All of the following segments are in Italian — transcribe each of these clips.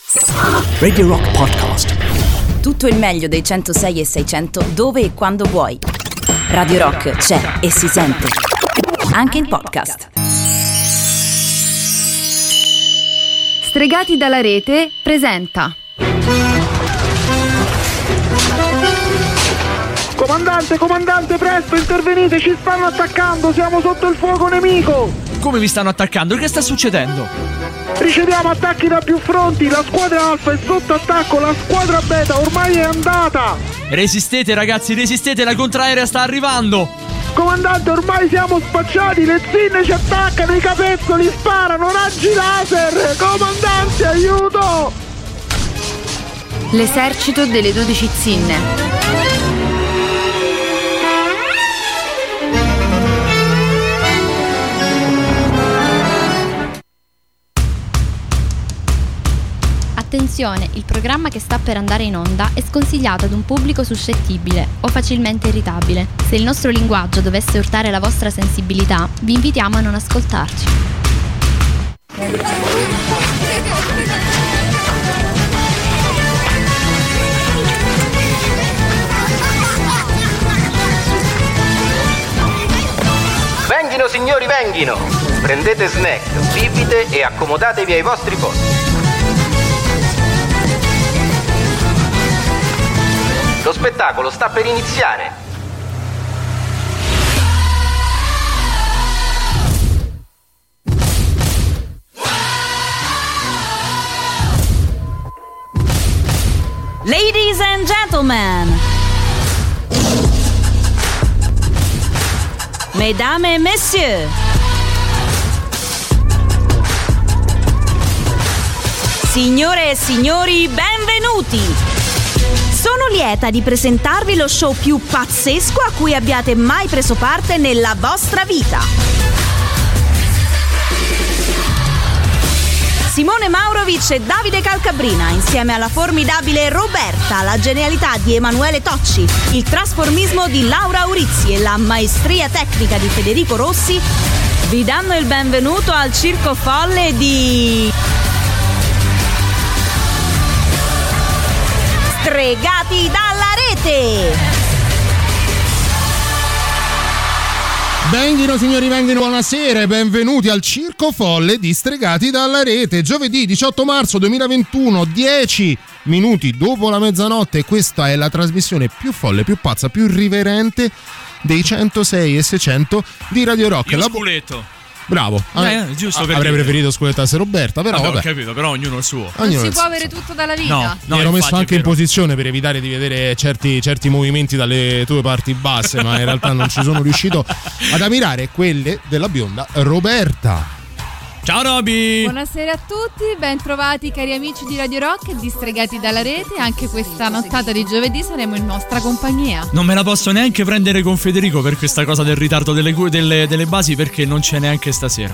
Radio Rock Podcast. Tutto il meglio dei 106 e 600 dove e quando vuoi. Radio Rock c'è e si sente anche in podcast. Stregati dalla rete presenta. Comandante, presto, intervenite, ci stanno attaccando, siamo sotto il fuoco nemico. Come vi stanno attaccando? Che sta succedendo? Riceviamo attacchi da più fronti, la squadra Alfa è sotto attacco, la squadra Beta ormai è andata. Resistete ragazzi, resistete, la contraerea sta arrivando. Comandante, ormai siamo spacciati, le zinne ci attaccano, i capezzoli sparano, raggi laser. Comandante, aiuto! L'esercito delle 12 zinne. Attenzione, il programma che sta per andare in onda è sconsigliato ad un pubblico suscettibile o facilmente irritabile. Se il nostro linguaggio dovesse urtare la vostra sensibilità, vi invitiamo a non ascoltarci. Venghino signori, venghino! Prendete snack, bibite e accomodatevi ai vostri posti. Lo spettacolo sta per iniziare. Ladies and gentlemen, mesdames et messieurs, signore e signori, benvenuti! Sono lieta di presentarvi lo show più pazzesco a cui abbiate mai preso parte nella vostra vita. Simone Maurovic e Davide Calcabrina, insieme alla formidabile Roberta, la genialità di Emanuele Tocci, il trasformismo di Laura Urizzi e la maestria tecnica di Federico Rossi, vi danno il benvenuto al circo folle di... Stregati dalla rete! Venghino signori, venghino, buonasera e benvenuti al circo folle di Stregati dalla rete. Giovedì 18 marzo 2021, 10 minuti dopo la mezzanotte, e questa è la trasmissione più folle, più pazza, più irriverente dei 106 e 600 di Radio Rock. Io sculetto. Bravo, giusto per avrei dire. preferito sculettasse Roberta, però vabbè. Ho capito, però ognuno il suo. Non si può avere tutto dalla vita. No, mi ero messo anche in posizione per evitare di vedere certi movimenti dalle tue parti basse, ma in realtà non ci sono riuscito ad ammirare quelle della bionda Roberta. Ciao Roby! Buonasera a tutti, ben trovati cari amici di Radio Rock e di Stregati dalla rete. Anche questa nottata di giovedì saremo in vostra compagnia. Non me la posso neanche prendere con Federico per questa cosa del ritardo delle basi, perché non c'è neanche stasera.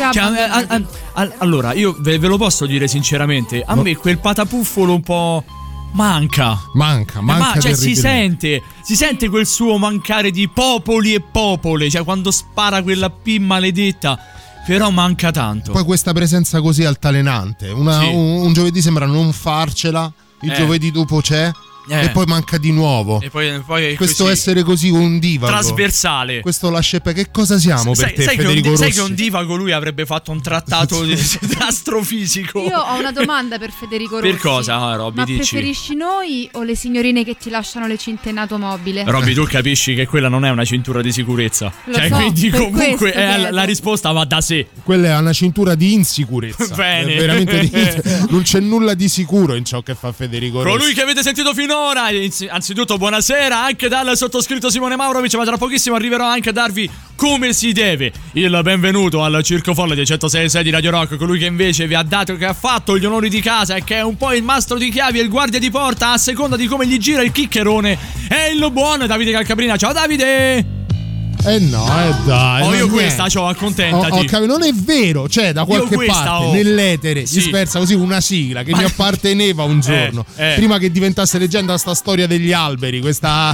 Allora, io ve lo posso dire sinceramente, a me quel patapuffolo un po'... Manca, cioè si sente quel suo mancare di popoli e popole, cioè quando spara quella P maledetta. Però manca tanto. Poi questa presenza così altalenante, un giovedì sembra non farcela, il giovedì dopo c'è e poi manca di nuovo. E poi questo così, essere così un divago trasversale. Questo che cosa siamo per te, Federico Rossi? Sai che un divago lui avrebbe fatto un trattato di astrofisico. Io ho una domanda per Federico Rossi. Per cosa, Robby? Ma dici? Preferisci noi o le signorine che ti lasciano le cinte in automobile? Robby, tu capisci che quella non è una cintura di sicurezza. Quindi comunque la risposta va da sé. Quella è una cintura di insicurezza. Bene. Veramente non c'è nulla di sicuro in ciò che fa Federico Rossi. Colui che avete sentito finora, anzitutto buonasera anche dal sottoscritto Simone Maurovic, ma tra pochissimo arriverò anche a darvi come si deve il benvenuto al circo folle dei 106 di Radio Rock, colui che invece vi ha dato, che ha fatto gli onori di casa e che è un po' il mastro di chiavi e il guardia di porta a seconda di come gli gira il chiccherone, è il buon Davide Calcabrina. Ciao Davide! Dai. Io questa c'ho, accontentati. Non è vero, cioè da qualche parte nell'etere si spersa così una sigla che mi apparteneva un giorno. Prima che diventasse leggenda sta storia degli alberi, questa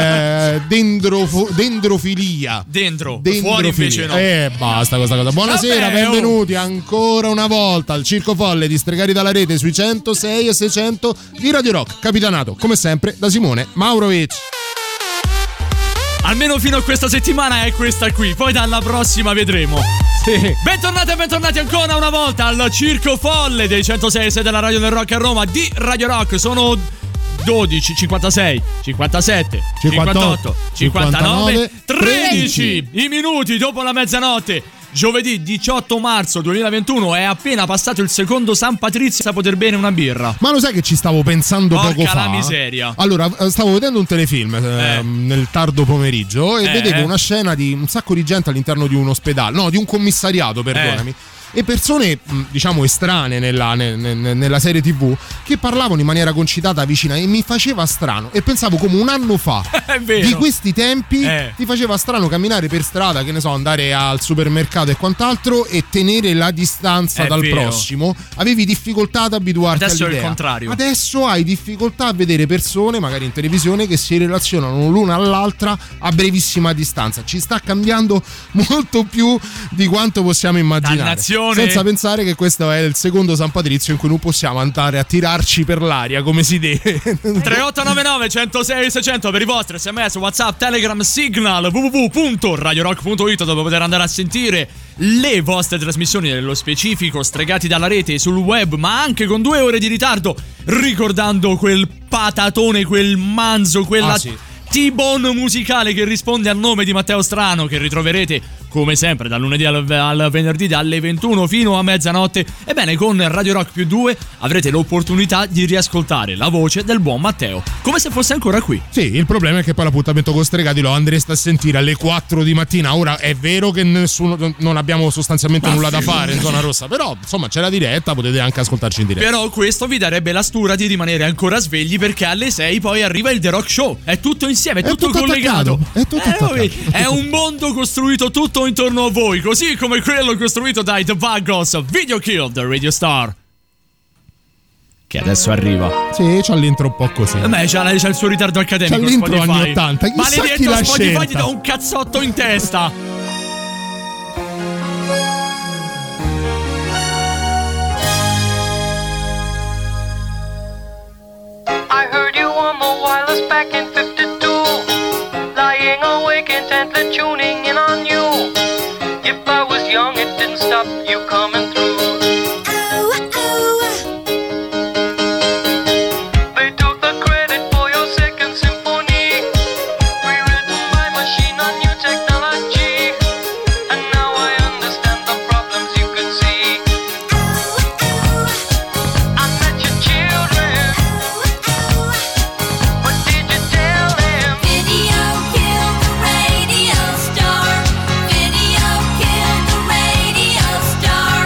dendrofilia. Fuori invece no. Basta questa cosa. Buonasera, benvenuti ancora una volta al Circo Folle di Stregati dalla Rete sui 106 e 600 di Radio Rock, capitanato come sempre da Simone Maurovic. Almeno fino a questa settimana è questa qui, poi dalla prossima vedremo. Sì. Bentornati e bentornati ancora una volta al Circo Folle dei 106 della Radio del Rock a Roma di Radio Rock. Sono 12, 56, 57, 58, 59, 13 i minuti dopo la mezzanotte. Giovedì 18 marzo 2021 è appena passato il secondo San Patrizio a poter bere una birra. Ma lo sai che ci stavo pensando poco fa? La miseria. Allora, stavo vedendo un telefilm nel tardo pomeriggio e vedevo una scena di un sacco di gente all'interno di un ospedale, no, di un commissariato, perdonami. E persone, diciamo, estranee nella serie TV che parlavano in maniera concitata vicina e mi faceva strano. E pensavo come un anno fa di questi tempi ti faceva strano camminare per strada, che ne so, andare al supermercato e quant'altro e tenere la distanza dal prossimo. Avevi difficoltà ad abituarti all'idea. Adesso è il contrario. Adesso hai difficoltà a vedere persone, magari in televisione, che si relazionano l'una all'altra a brevissima distanza. Ci sta cambiando molto più di quanto possiamo immaginare. Dannazione. Senza pensare che questo è il secondo San Patrizio in cui non possiamo andare a tirarci per l'aria come si deve. 3899 106 600 per i vostri SMS, WhatsApp, Telegram, Signal, www.radiorock.it, dove poter andare a sentire le vostre trasmissioni, nello specifico Stregati dalla Rete sul web, ma anche con 2 ore di ritardo, ricordando quel patatone, quel manzo, quella T-bone musicale che risponde al nome di Matteo Strano, che ritroverete come sempre dal lunedì al venerdì dalle 21 fino a mezzanotte. Ebbene, con Radio Rock più 2 avrete l'opportunità di riascoltare la voce del buon Matteo, come se fosse ancora qui. Sì, il problema è che poi l'appuntamento con Stregati lo andreste a sentire alle 4 di mattina. Ora è vero che non abbiamo sostanzialmente nulla da fare in zona rossa, però insomma c'è la diretta, potete anche ascoltarci in diretta. Però questo vi darebbe la stura di rimanere ancora svegli, perché alle 6 poi arriva il The Rock Show. È tutto insieme, è tutto collegato. È tutto attaccato. È un mondo costruito tutto intorno a voi, così come quello costruito dai The Buggles, Video Kill the Radio Star, che adesso arriva. Sì, c'ha l'intro un po' così. C'ha il suo ritardo accademico. C'ha l'intro Spotify. anni 80. Chissà maledetto chi l'ha Spotify, scelta. ti dà un cazzotto in testa. I heard you on the wireless back in 52, lying awake intently tuning in on you. If I was young, it didn't stop you coming through. They took the credit for your second symphony, rewritten by machine on new technology. And now I understand the problems you could see. I met your children. What did you tell them? Video killed the radio star. Video killed the radio star.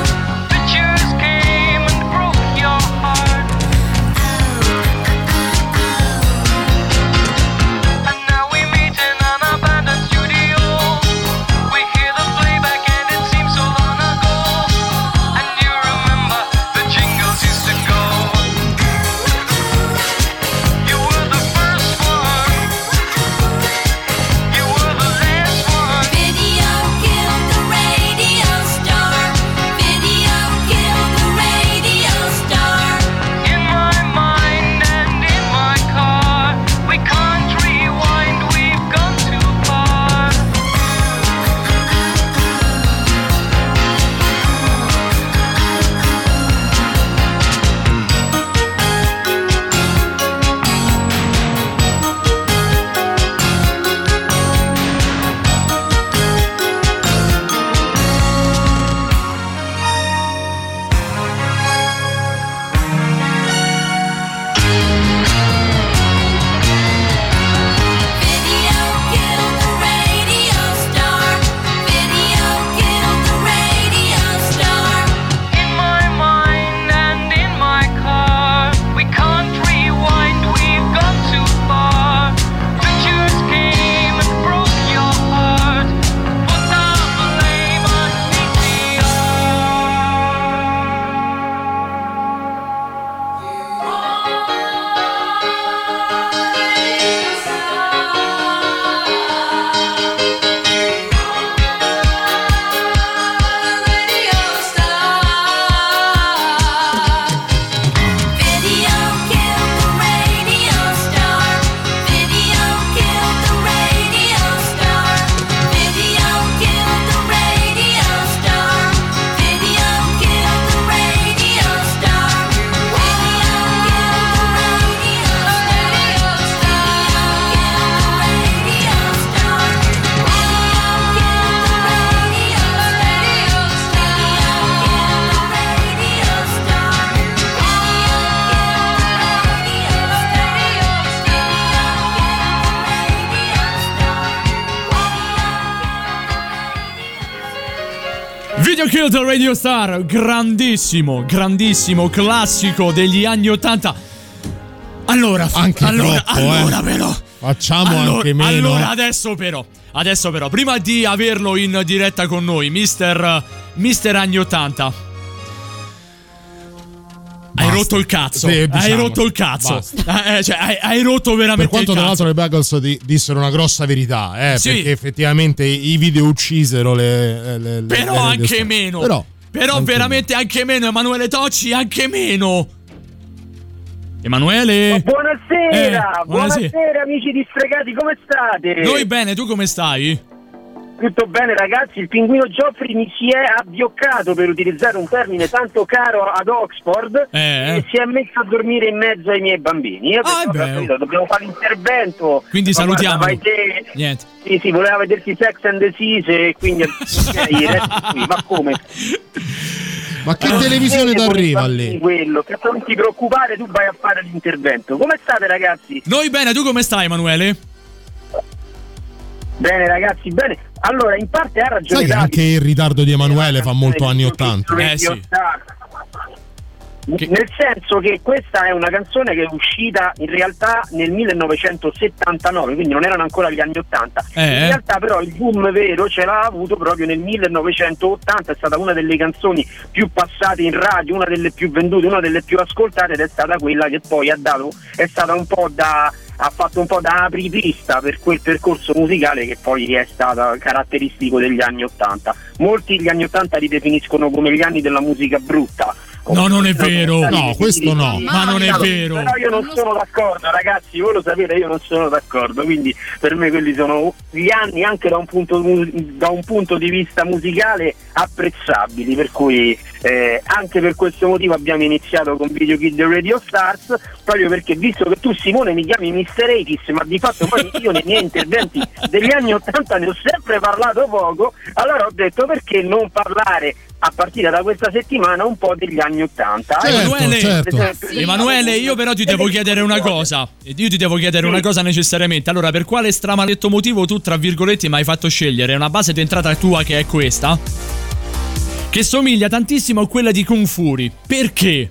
Kill the Radio Star, grandissimo classico degli anni 80. Allora però facciamo anche meno. Allora adesso però, prima di averlo in diretta con noi, Mister Anni 80, hai rotto il cazzo. Sì, diciamo, hai rotto il cazzo. Hai rotto veramente per quanto il tra cazzo. l'altro le Buggles dissero una grossa verità, sì, perché effettivamente i video uccisero le però anche meno. Però anche veramente meno. Anche meno. Emanuele Tocci, anche meno. Emanuele. Buonasera amici di Stregati, come state? Noi bene, tu come stai? Tutto bene ragazzi, il pinguino Geoffrey mi si è abbioccato, per utilizzare un termine tanto caro ad Oxford, e si è messo a dormire in mezzo ai miei bambini. Io dobbiamo fare l'intervento. Quindi salutiamo. Niente. Sì, voleva vedersi Sex and the Seas e quindi ma come? Ma che televisione t'arriva lì? Quello, che non ti preoccupare, tu vai a fare l'intervento. Come state ragazzi? Noi bene, tu come stai Emanuele? Bene ragazzi, bene. Allora, in parte ha ragione. Sai che anche il ritardo di Emanuele fa molto anni 80. Sì. Nel senso che questa è una canzone che è uscita in realtà nel 1979, quindi non erano ancora gli anni 80. In realtà però il boom vero ce l'ha avuto proprio nel 1980, è stata una delle canzoni più passate in radio, una delle più vendute, una delle più ascoltate, ed è stata quella che poi ha fatto un po' da apripista per quel percorso musicale che poi è stato caratteristico degli anni 80. Molti gli anni 80 li definiscono come gli anni della musica brutta. No, non è vero. No, questo no. Ma non è vero. Però io non sono d'accordo, ragazzi, voi lo sapete, io non sono d'accordo. Quindi per me quelli sono gli anni anche da un punto di vista musicale apprezzabili, per cui anche per questo motivo abbiamo iniziato con Video Kill the Radio Stars, proprio perché, visto che tu Simone mi chiami Mr. Atis, ma di fatto poi io nei miei interventi degli anni 80 ne ho sempre parlato poco, allora ho detto perché non parlare a partire da questa settimana un po' degli anni 80. Emanuele, io però ti devo chiedere una cosa. Io ti devo chiedere una cosa necessariamente. Allora, per quale stramaledetto motivo tu, tra virgolette, mi hai fatto scegliere una base di entrata tua che è questa? Che somiglia tantissimo a quella di Kung Fury. Perché?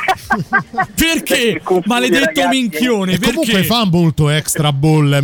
Perché? Maledetto minchione. E comunque fa molto Extra Ball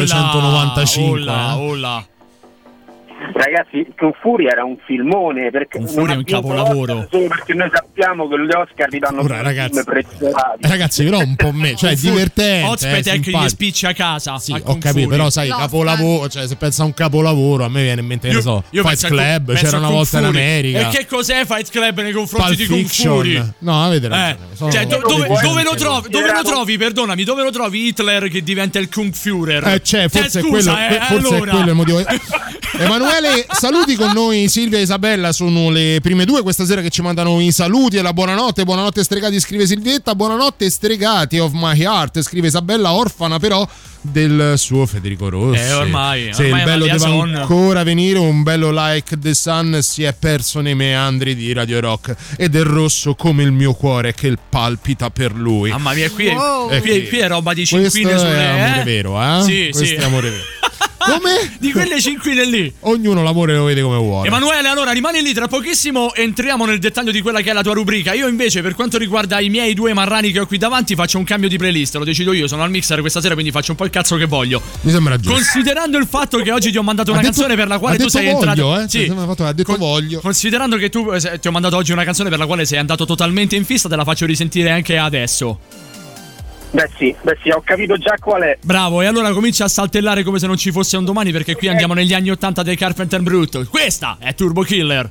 1995. Olla. Ragazzi, Kung Fury era un filmone, perché Kung Fury è un capolavoro. Solo perché noi sappiamo che gli Oscar arrivano ragazzi, però un po' cioè è divertente. Ospite che gli spiccia a casa. Sì, ho capito, però sai, capolavoro, cioè se pensa a un capolavoro, a me viene in mente, che ne so, Fight Club, c'era una volta in America. E che cos'è Fight Club nei confronti di Kung Fury? No, avete ragione. Cioè, dove lo trovi? Perdonami, dove lo trovi Hitler che diventa il Kung Führer? Forse è quello il motivo. Emanuele, saluti con noi Silvia e Isabella, sono le prime due questa sera che ci mandano i saluti e la buonanotte Stregati, scrive Silvietta, buonanotte Stregati of my heart, scrive Isabella, orfana però del suo Federico Rossi. Ormai il bello deve ancora venire, un bello like the sun si è perso nei meandri di Radio Rock ed è rosso come il mio cuore che palpita per lui. Mamma mia, qui è roba di cinquine questo sulle... è amore vero, Sì, questo è amore vero. Come? Di quelle cinquine lì. Ognuno l'amore lo vede come vuole. Emanuele, allora rimani lì, tra pochissimo entriamo nel dettaglio di quella che è la tua rubrica. Io invece, per quanto riguarda i miei due marrani che ho qui davanti, faccio un cambio di playlist, lo decido io, sono al mixer questa sera, quindi faccio un po' il cazzo che voglio. Mi sembra giusto. Considerando il fatto che oggi ti ho mandato una canzone per la quale tu sei entrato. Sì, ha detto voglio. Considerando che tu ti ho mandato oggi una canzone per la quale sei andato totalmente in fissa, te la faccio risentire anche adesso. Beh sì, ho capito già qual è. Bravo, e allora comincia a saltellare come se non ci fosse un domani, perché qui andiamo negli anni 80 dei Carpenter Brut. Questa è Turbo Killer.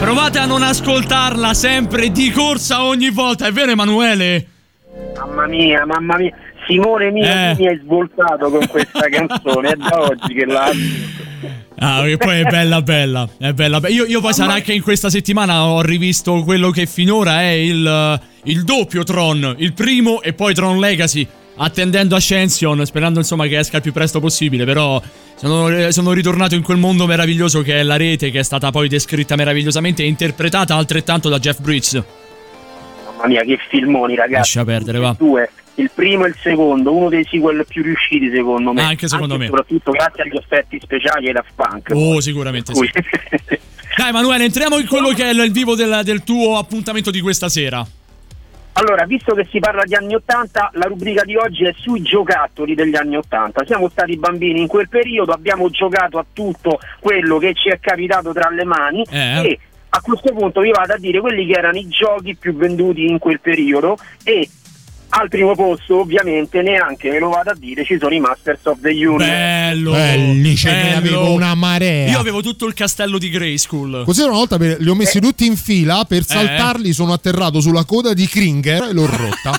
Provate a non ascoltarla sempre di corsa ogni volta, è vero Emanuele? Mamma mia. Simone mi hai svoltato con questa canzone, è da oggi che la... Ah, che poi è bella. Io poi sarà che in questa settimana ho rivisto quello che finora è il doppio Tron, il primo e poi Tron Legacy, attendendo Ascension, sperando insomma che esca il più presto possibile, però sono ritornato in quel mondo meraviglioso che è la rete, che è stata poi descritta meravigliosamente e interpretata altrettanto da Jeff Bridges. Mamma mia, che filmoni, ragazzi. Lascia perdere, va. Due. Il primo e il secondo, uno dei sequel più riusciti secondo me. Anche secondo me. Soprattutto grazie agli effetti speciali e Daft Punk. Oh, sicuramente sì. Dai Emanuele, entriamo in quello che è il vivo del tuo appuntamento di questa sera. Allora, visto che si parla di anni 80, la rubrica di oggi è sui giocattoli degli anni 80. Siamo stati bambini in quel periodo, abbiamo giocato a tutto quello che ci è capitato tra le mani e a questo punto vi vado a dire quelli che erano i giochi più venduti in quel periodo e al primo posto ovviamente neanche ve lo vado a dire, ci sono i Masters of the Universe. Belli, ce ne avevo una marea. Io avevo tutto il castello di Grayskull. Così una volta li ho messi tutti in fila, per saltarli sono atterrato sulla coda di Kringer e l'ho rotta.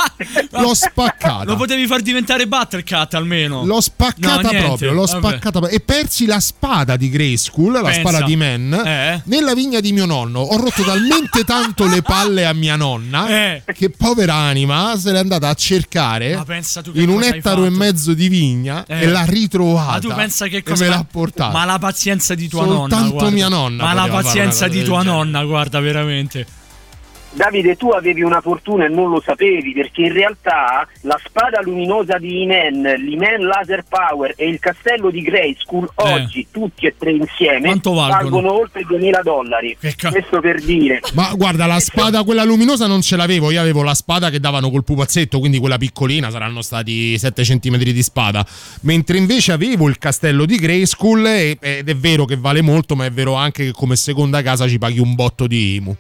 L'ho spaccata. Lo potevi far diventare Buttercat almeno. L'ho spaccata proprio, l'ho spaccata e persi la spada di Grayskull, la spada di Man, nella vigna di mio nonno. Ho rotto talmente tanto le palle a mia nonna che povera anima se l'è andata a cercare in un ettaro e mezzo di vigna e l'ha ritrovata. Ma tu pensa che cosa e me l'ha portata. Ma la pazienza di tua nonna, soltanto mia nonna. Ma la pazienza di tua nonna, guarda, veramente. Davide, tu avevi una fortuna e non lo sapevi, perché in realtà la spada luminosa di He-Man, l'He-Man Laser Power e il castello di Grayskull oggi tutti e tre insieme valgono oltre $2.000. Questo per dire. Ma guarda, la spada quella luminosa non ce l'avevo, io avevo la spada che davano col pupazzetto, quindi quella piccolina, saranno stati 7 centimetri di spada, mentre invece avevo il castello di Grayskull ed è vero che vale molto, ma è vero anche che come seconda casa ci paghi un botto di IMU.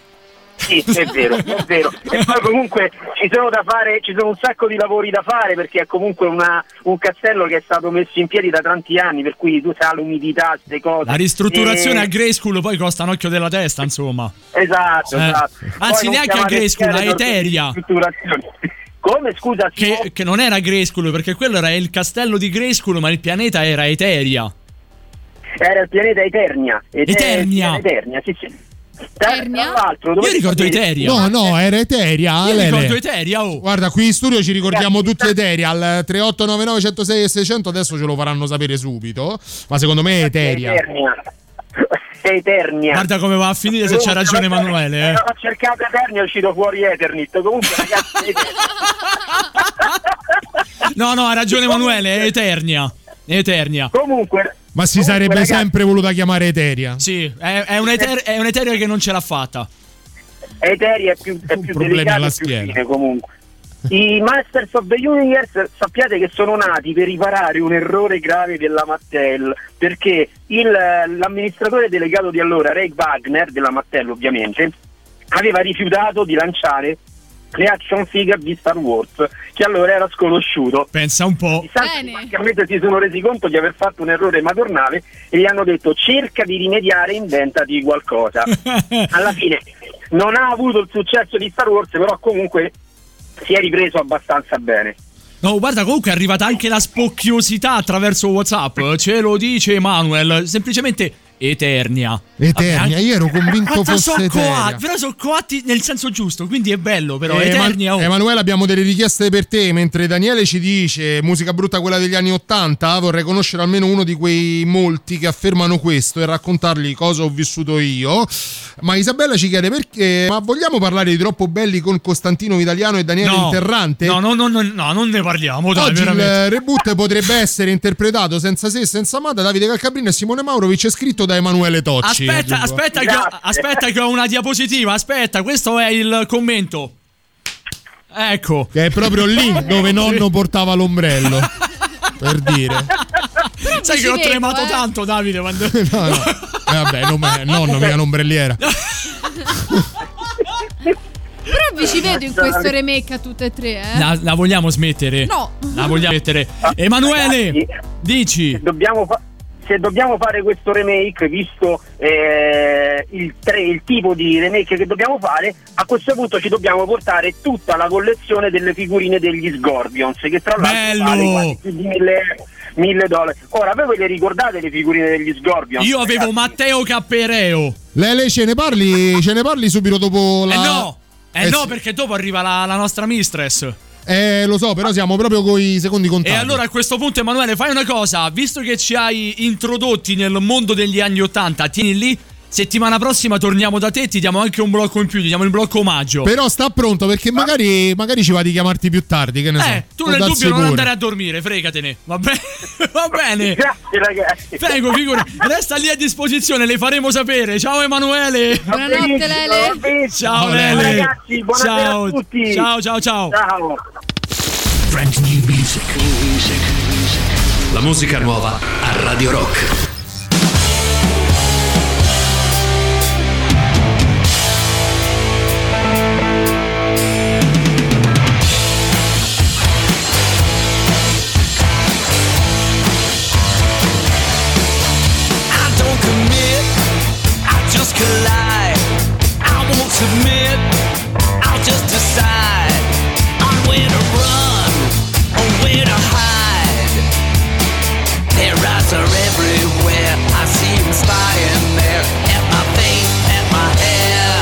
Sì, è vero. E poi comunque ci sono un sacco di lavori da fare, perché è comunque un castello che è stato messo in piedi da tanti anni, per cui tu sai l'umidità, queste cose. La ristrutturazione a Grayskull poi costa un occhio della testa, insomma. Esatto. Anzi, neanche a Grayskull, a Eteria. Come, scusa? Che non era Grayskull, perché quello era il castello di Grayskull, ma il pianeta era Eteria. Era il pianeta Eternia. Eternia, sì. Io ricordo Eteria. No, era Eteria. Io ricordo Eteria. Guarda, qui in studio ci ricordiamo tutti Eteria. Al 3899 106 e 600 adesso ce lo faranno sapere subito. Ma secondo me è Eteria. Eternia. Guarda come va a finire, se c'ha ragione Emanuele. Ho cercato Eternia, è uscito fuori Eternit. Comunque, ragazzi, No, ha ragione Emanuele, è Eternia. Comunque, ma si sarebbe ragazzi, sempre voluta chiamare Eteria. Sì, è un'Eteria che non ce l'ha fatta. Eteria è più delicata alla schiena. Comunque i Masters of the Universe sappiate che sono nati per riparare un errore grave della Mattel, perché l'amministratore delegato di allora, Ray Wagner, della Mattel ovviamente, aveva rifiutato di lanciare le action figure di Star Wars, che allora era sconosciuto. Pensa un po'. Praticamente si sono resi conto di aver fatto un errore madornale e gli hanno detto: cerca di rimediare, inventati qualcosa. Alla fine non ha avuto il successo di Star Wars, però comunque si è ripreso abbastanza bene. No, guarda, comunque è arrivata anche la spocchiosità attraverso WhatsApp, ce lo dice Emanuel, semplicemente Eternia. Vabbè, io ero convinto fosse Eteria. Però sono coatti nel senso giusto, quindi è bello, però Eternia. Emanuele, abbiamo delle richieste per te, mentre Daniele ci dice musica brutta quella degli anni 80, vorrei conoscere almeno uno di quei molti che affermano questo e raccontargli cosa ho vissuto io. Ma Isabella ci chiede perché, ma vogliamo parlare di Troppo belli con Costantino Vitaliano e Daniele Interrante? No, non ne parliamo, dai. Oggi veramente. Il reboot potrebbe essere interpretato senza se, senza ma da Davide Calcabrino e Simone Maurovic, scritto da Emanuele Tocci. Aspetta che ho una diapositiva. Aspetta, questo è il commento. Ecco. Che è proprio lì dove nonno portava l'ombrello. Per dire. Sai che ho tremato tanto, Davide, quando... No. Vabbè, nonno mica un'ombrelliera. Però vi ci vedo in questo remake a tutte e tre, La vogliamo smettere? No. La vogliamo mettere. Emanuele, ragazzi, dici. se dobbiamo fare questo remake, visto il tipo di remake che dobbiamo fare, a questo punto ci dobbiamo portare tutta la collezione delle figurine degli Scorpions, che tra l'altro vale quasi più di $1.000. Ora, voi le ricordate le figurine degli Scorpions? Io avevo Matteo Cappereo. Lei ce ne parli subito dopo la... No, perché dopo arriva la nostra mistress. Lo so, però siamo proprio coi secondi contati. E allora a questo punto, Emanuele, fai una cosa. Visto che ci hai introdotti nel mondo degli anni 80, tieni lì. Settimana prossima torniamo da te e ti diamo anche un blocco in più, ti diamo il blocco omaggio. Però sta pronto, perché magari ci va di chiamarti più tardi, che ne so. Tu nel dubbio non andare a dormire, fregatene. Va bene? Va bene. Grazie ragazzi. Prego, figura. Resta lì a disposizione, le faremo sapere. Ciao Emanuele. Buonanotte Lele. Ciao Lele. Lele. Ragazzi, buonasera a tutti. Ciao. Ciao. Brand new music. La musica nuova a Radio Rock. Collide. I won't submit. I'll just decide on where to run or where to hide. Their eyes are everywhere. I see them spying there at my face, at my hair.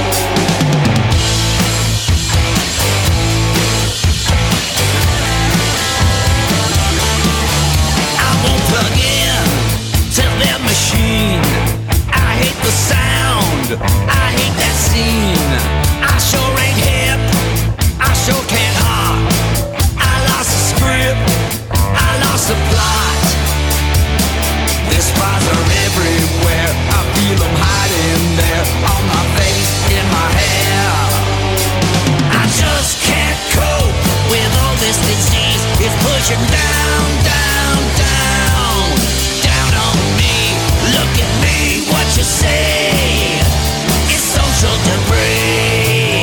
I won't plug in to their machine. I hate the sound, I hate that scene. I sure ain't hip, I sure can't hop. I lost the script, I lost the plot. Their spies are everywhere, I feel them hiding there. On my face, in my hair. I just can't cope with all this disease. It's pushing down, down, down, down on me. Look at me, what you say? It's social debris.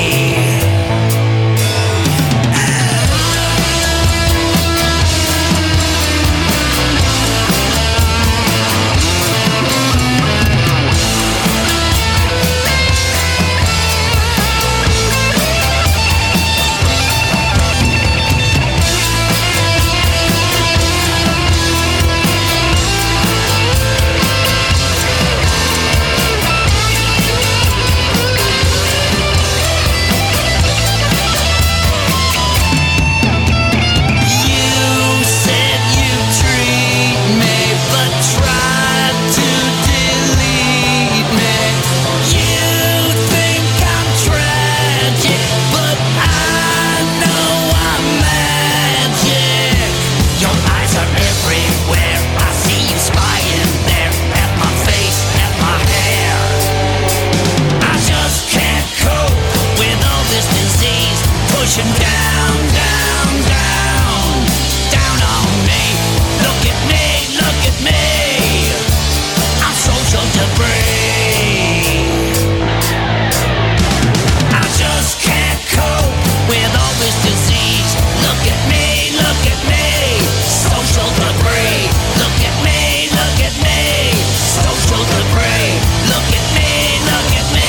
Pushing down, down, down, down on me. Look at me, look at me. I'm social debris. I just can't cope with all this disease. Look at me, look at me. Social debris. Look at me, look at me. Social debris. Look at me, look at me.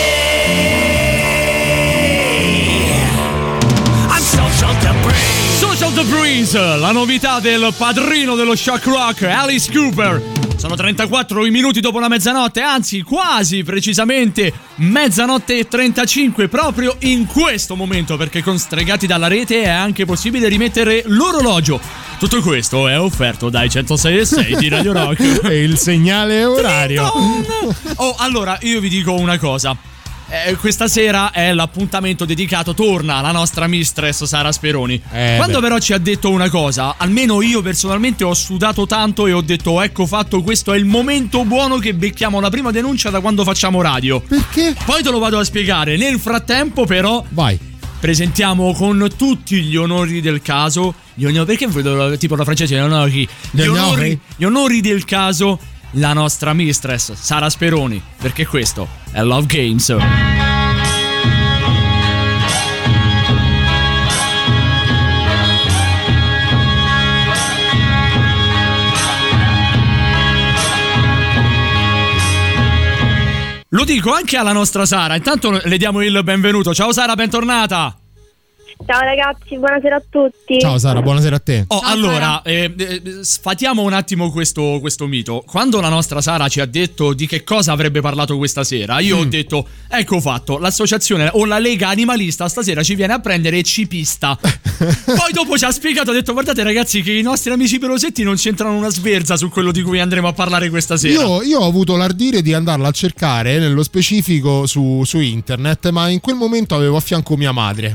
Social Debris, la novità del padrino dello shock rock, Alice Cooper. Sono 34 i minuti dopo la mezzanotte, anzi quasi precisamente mezzanotte e 35 proprio in questo momento, perché con Stregati dalla Rete è anche possibile rimettere l'orologio. Tutto questo è offerto dai 106.6 di Radio Rock. E il segnale orario. Oh, allora io vi dico una cosa. Questa sera è l'appuntamento dedicato, torna la nostra mistress Sara Speroni. Quando però ci ha detto una cosa, almeno io personalmente ho sudato tanto e ho detto ecco fatto, questo è il momento buono che becchiamo la prima denuncia da quando facciamo radio. Perché? Poi te lo vado a spiegare. Nel frattempo però vai. Presentiamo con tutti gli onori del caso. Perché tipo la francese gli onori del caso, la nostra mistress Sara Speroni, perché questo è Love Games. Lo dico anche alla nostra Sara. Intanto le diamo il benvenuto. Ciao Sara, bentornata. Ciao ragazzi, buonasera a tutti. Ciao Sara, buonasera a te. Oh, allora, sfatiamo un attimo questo mito. Quando la nostra Sara ci ha detto di che cosa avrebbe parlato questa sera, io ho detto, ecco fatto, l'associazione o la Lega Animalista stasera ci viene a prendere e ci pista. Poi dopo ci ha spiegato, ha detto, guardate ragazzi che i nostri amici pelosetti non c'entrano una sverza su quello di cui andremo a parlare questa sera. Io ho avuto l'ardire di andarla a cercare nello specifico su internet, ma in quel momento avevo a fianco mia madre.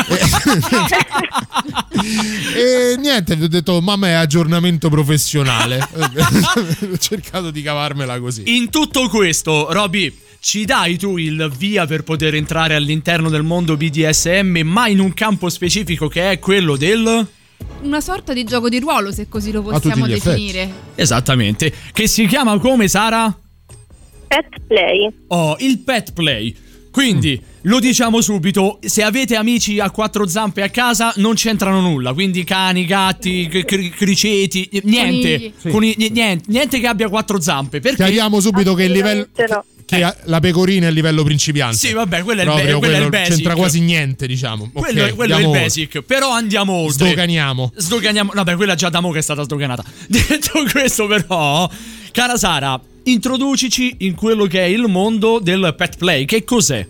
E niente, vi ho detto mamma è aggiornamento professionale. Ho cercato di cavarmela così. In tutto questo, Roby, ci dai tu il via per poter entrare all'interno del mondo BDSM, ma in un campo specifico che è quello del... Una sorta di gioco di ruolo, se così lo possiamo definire. Esattamente. Che si chiama come, Sara? Pet play. Oh, il pet play. Quindi, lo diciamo subito, se avete amici a quattro zampe a casa non c'entrano nulla, quindi cani, gatti, criceti, niente, niente che abbia quattro zampe. Perché? Chiariamo subito che il livello... Che la pecorina è il livello principiante. Sì, vabbè, quello è il basic. C'entra quasi niente, diciamo. Quello è il basic. Però andiamo oltre. Sdoganiamo. Vabbè, quella già da mo' che è stata sdoganata. Detto questo, però, cara Sara, introducici in quello che è il mondo del pet play. Che cos'è?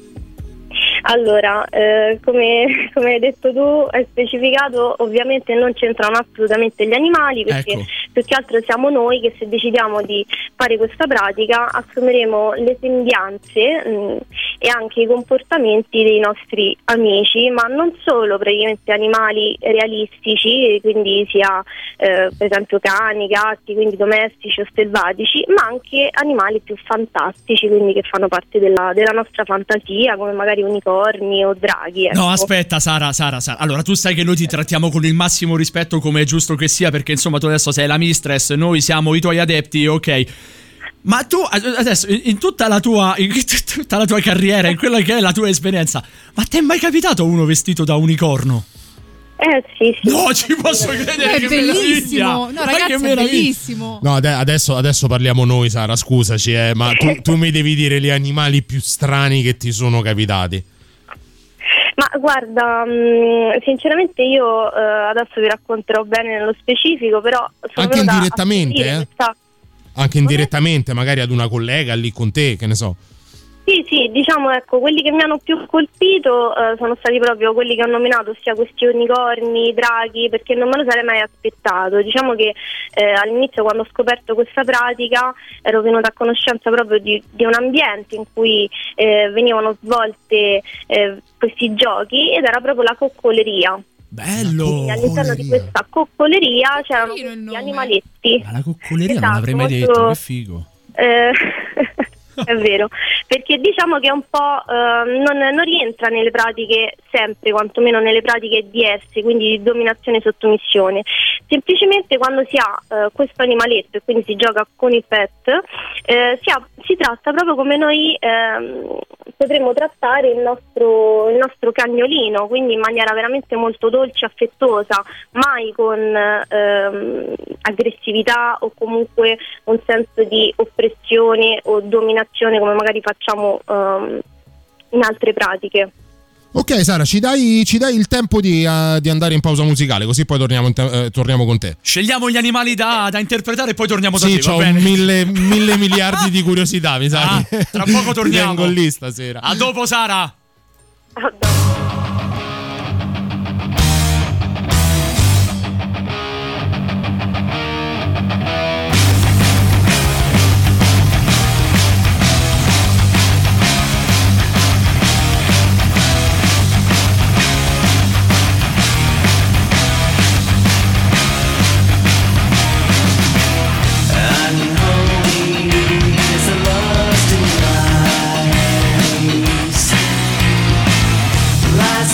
Allora, come hai detto tu, hai specificato, ovviamente non c'entrano assolutamente gli animali, perché più che altro siamo noi che, se decidiamo di fare questa pratica, assumeremo le sembianze e anche i comportamenti dei nostri amici, ma non solo praticamente animali realistici, quindi sia per esempio cani, gatti, quindi domestici o selvatici, ma anche animali più fantastici, quindi che fanno parte della nostra fantasia, come magari unicorni o draghi, ecco. No, aspetta Sara, allora tu sai che noi ti trattiamo con il massimo rispetto, come è giusto che sia, perché insomma tu adesso sei la mistress, noi siamo i tuoi adepti, ok? Ma tu adesso in tutta la tua carriera, in quella che è la tua esperienza, ma ti è mai capitato uno vestito da unicorno? Sì. No, ci posso credere, è che bellissimo. No, ragazzi, è bellissimo. No, adesso parliamo noi, Sara, scusaci, ma tu mi devi dire gli animali più strani che ti sono capitati. Ma guarda, sinceramente io adesso vi racconterò bene nello specifico, però anche indirettamente, anche indirettamente, magari ad una collega lì con te, che ne so. Sì, diciamo, ecco, quelli che mi hanno più colpito sono stati proprio quelli che ho nominato, ossia questi unicorni, draghi, perché non me lo sarei mai aspettato. Diciamo che all'inizio, quando ho scoperto questa pratica, ero venuta a conoscenza proprio di un ambiente in cui venivano svolte questi giochi, ed era proprio la coccoleria. Bello! Quindi all'interno di questa coccoleria c'erano questi animaletti. Ma la coccoleria non l'avrei mai detto, che figo. È vero, perché diciamo che un po' non rientra nelle pratiche sempre, quantomeno nelle pratiche DS, quindi di dominazione e sottomissione. Semplicemente quando si ha questo animaletto e quindi si gioca con il pet, si tratta proprio come noi potremmo trattare il nostro cagnolino, quindi in maniera veramente molto dolce, affettuosa, mai con aggressività o comunque un senso di oppressione o dominazione, come magari facciamo in altre pratiche. Ok Sara, ci dai il tempo di andare in pausa musicale, così poi torniamo con te. Scegliamo gli animali da interpretare e poi torniamo da te. Sì, ho mille miliardi di curiosità, mi sa. Tra poco torniamo. Vengo lì stasera. A dopo Sara. A dopo. Lies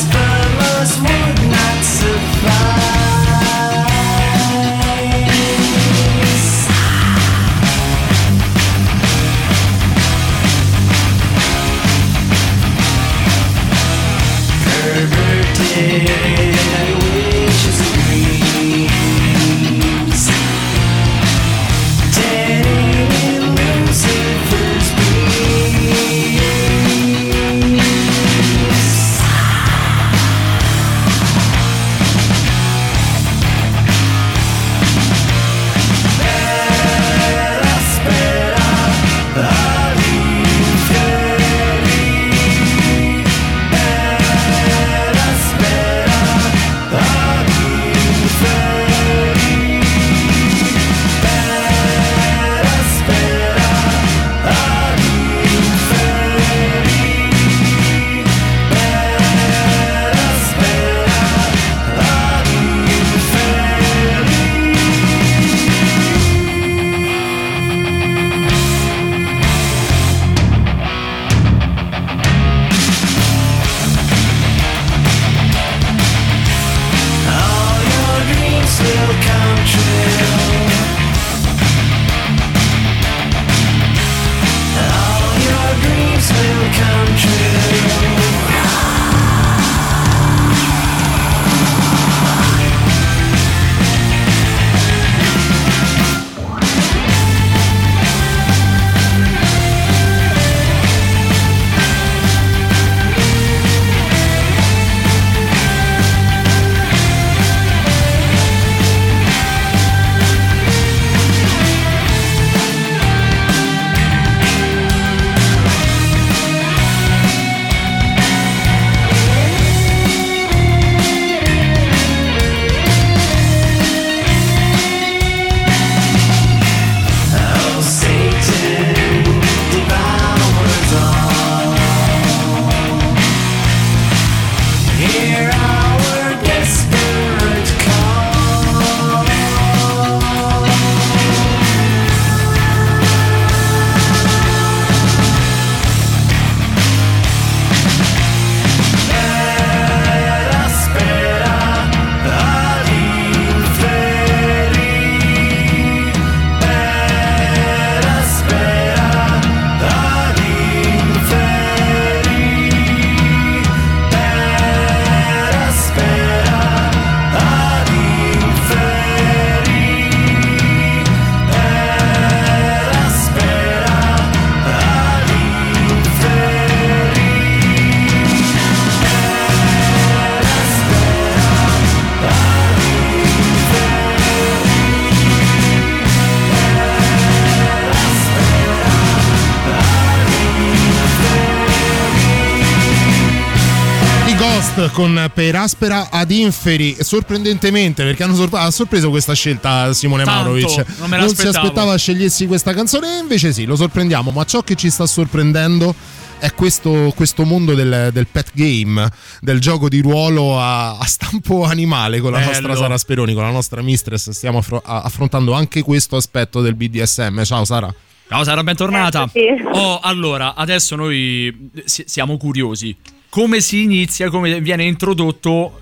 Ghost con Per aspera ad inferi, sorprendentemente, perché ha sorpreso questa scelta Simone Maurovic. Non si aspettava scegliessi questa canzone, e invece sì, lo sorprendiamo, ma ciò che ci sta sorprendendo è questo mondo del pet game, del gioco di ruolo a stampo animale con la nostra Sara Speroni, con la nostra mistress. Stiamo affrontando anche questo aspetto del BDSM. Ciao Sara. Ciao Sara, bentornata. Allora, adesso noi siamo curiosi. Come si inizia, come viene introdotto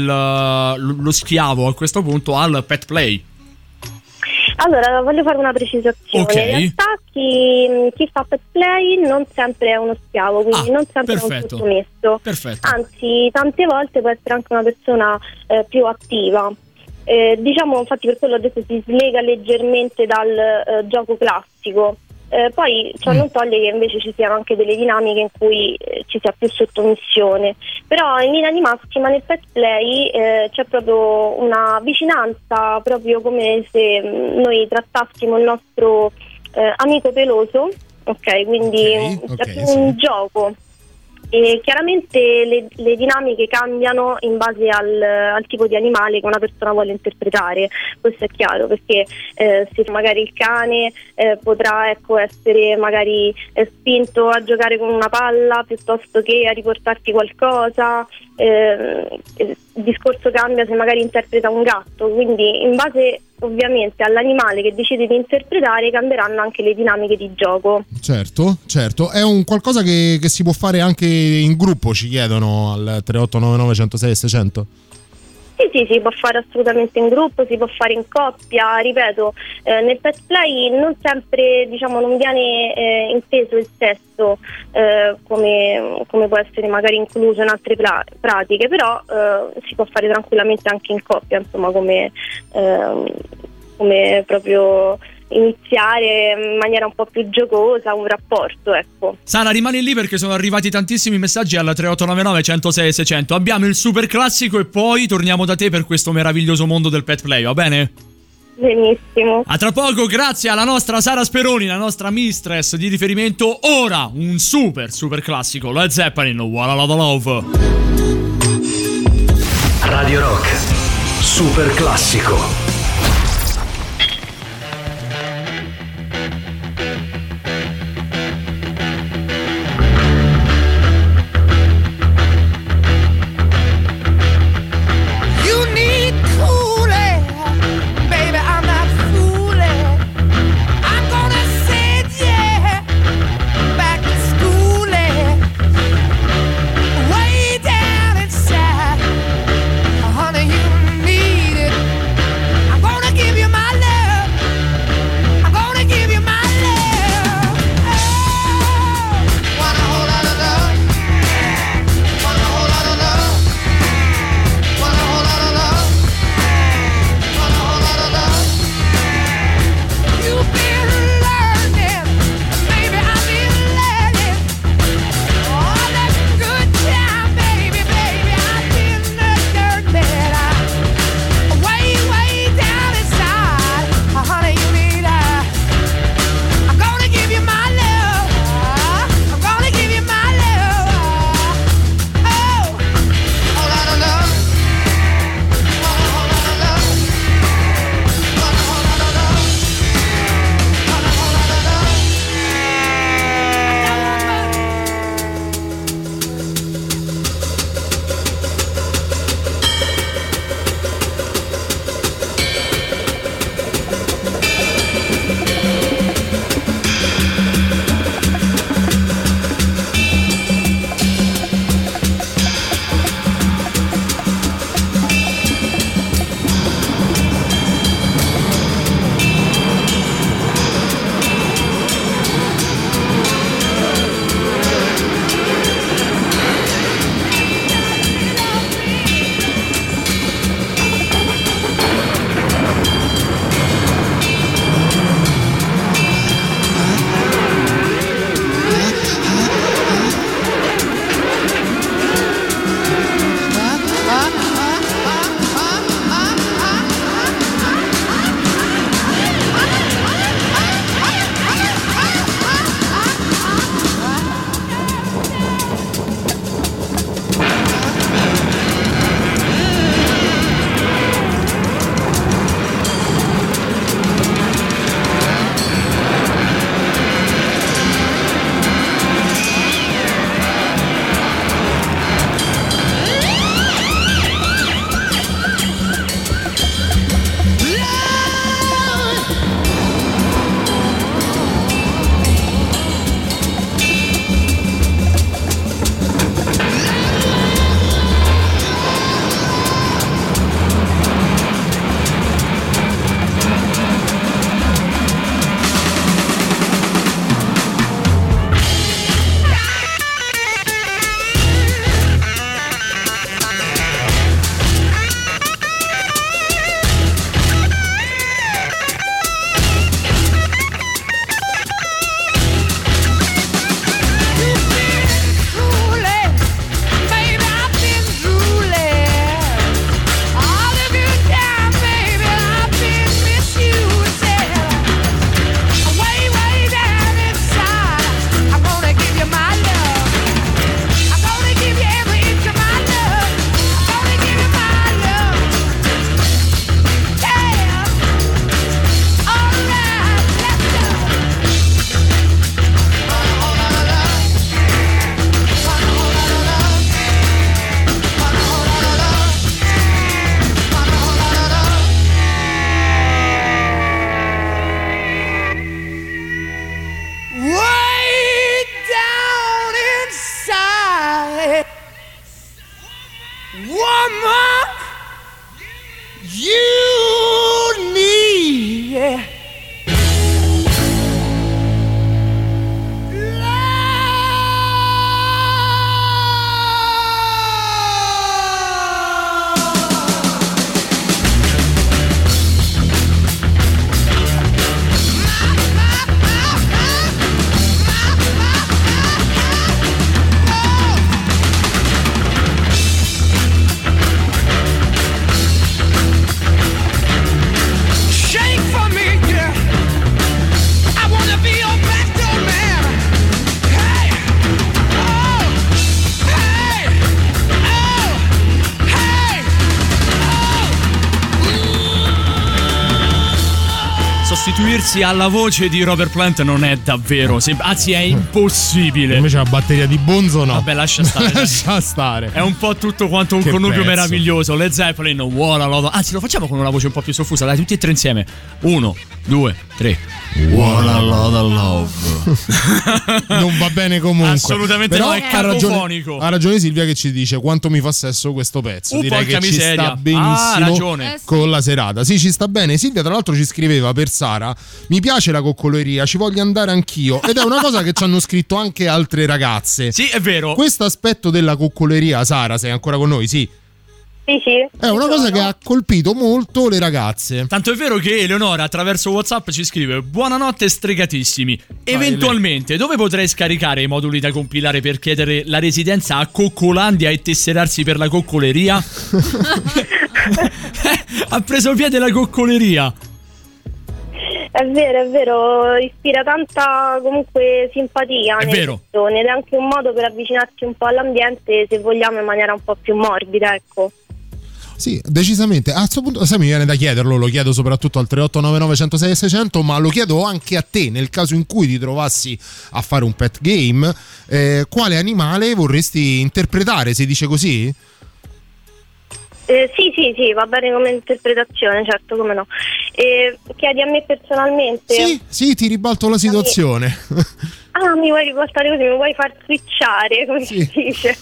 lo schiavo a questo punto al pet play? Allora, voglio fare una precisazione. Okay. In realtà chi fa pet play non sempre è uno schiavo, quindi non sempre è un sottomesso. Perfetto. Anzi, tante volte può essere anche una persona più attiva. Diciamo, infatti per quello ho detto si slega leggermente dal gioco classico. Poi ciò non toglie che invece ci siano anche delle dinamiche in cui ci sia più sottomissione, però in linea di massima nel pet play c'è proprio una vicinanza, proprio come se noi trattassimo il nostro amico peloso, ok? Quindi c'è più un gioco. E chiaramente le dinamiche cambiano in base al tipo di animale che una persona vuole interpretare, questo è chiaro, perché se magari il cane potrà essere magari spinto a giocare con una palla piuttosto che a riportarti qualcosa, il discorso cambia se magari interpreta un gatto, quindi in base ovviamente all'animale che decide di interpretare cambieranno anche le dinamiche di gioco. Certo, è un qualcosa che si può fare anche in gruppo, ci chiedono al 3899 106 600. Sì, si può fare assolutamente in gruppo, si può fare in coppia, ripeto, nel pet play non sempre, diciamo, non viene inteso il sesso come può essere magari incluso in altre pratiche, però si può fare tranquillamente anche in coppia, insomma, come proprio iniziare in maniera un po' più giocosa un rapporto, ecco. Sara, rimani lì perché sono arrivati tantissimi messaggi alla 3899 106 600. Abbiamo il super classico e poi torniamo da te per questo meraviglioso mondo del pet play, va bene? Benissimo. A tra poco, grazie alla nostra Sara Speroni, la nostra mistress di riferimento. Ora un super classico, Led Zeppelin, What a Love. Radio Rock, super classico. Honey, you need it. woman you need. Yeah. Sostituirsi alla voce di Robert Plant non è davvero, anzi è impossibile. Invece la batteria di Bonzo no. Vabbè, lascia stare. Lascia stare. È un po' tutto quanto un Che connubio pezzo. meraviglioso. Led Zeppelin, What a Lot of... Anzi, lo facciamo con una voce un po' più soffusa. Dai, tutti e tre insieme. 1, 2, 3. What a lot of love. Non va bene comunque. Assolutamente però no, è cacofonico. Ha ragione Silvia che ci dice quanto mi fa sesso questo pezzo. Direi che miseria. ci sta benissimo Ah, ragione. con la serata. Sì, ci sta bene. Silvia tra l'altro ci scriveva per Sara: mi piace la coccoleria, ci voglio andare anch'io. Ed è una cosa che ci hanno scritto anche altre ragazze. Sì, è vero. Questo aspetto della coccoleria, Sara, sei ancora con noi? Sì. Sì. È una cosa che ha colpito molto le ragazze. Tanto è vero che Eleonora attraverso WhatsApp ci scrive: buonanotte stregatissimi. Eventualmente dove potrei scaricare i moduli da compilare per chiedere la residenza a Coccolandia e tesserarsi per la coccoleria? Ha preso piede la coccoleria. È vero, ispira tanta comunque simpatia È nelle vero. persone ed è anche un modo per avvicinarsi un po' all'ambiente, se vogliamo in maniera un po' più morbida, ecco. Sì, decisamente. A questo punto, sai, mi viene da chiederlo, lo chiedo soprattutto al 3899 106 600, ma lo chiedo anche a te, nel caso in cui ti trovassi a fare un pet game, quale animale vorresti interpretare, si dice così? Sì, va bene come interpretazione, certo, come no. Chiedi a me personalmente? Sì, ti ribalto la situazione. Mi vuoi riportare così, mi vuoi far switchare, come si dice?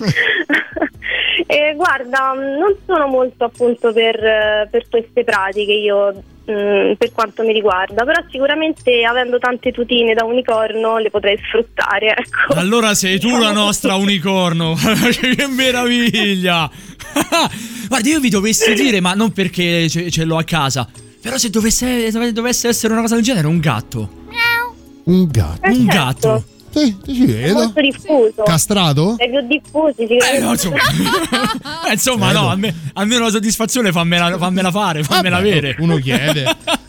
Guarda, non sono molto appunto per queste pratiche io, per quanto mi riguarda, però sicuramente avendo tante tutine da unicorno le potrei sfruttare, ecco. Allora sei tu la nostra unicorno. Che meraviglia. Guarda, io vi dovessi dire, ma non perché ce l'ho a casa, però se dovesse essere una cosa del genere, un gatto. Un gatto. Un gatto. Sì, ci È vedo. molto diffuso. Castrato? È più diffusi, sicuramente. Insomma, no, almeno la soddisfazione fammela fare, fammela avere. Uno chiede.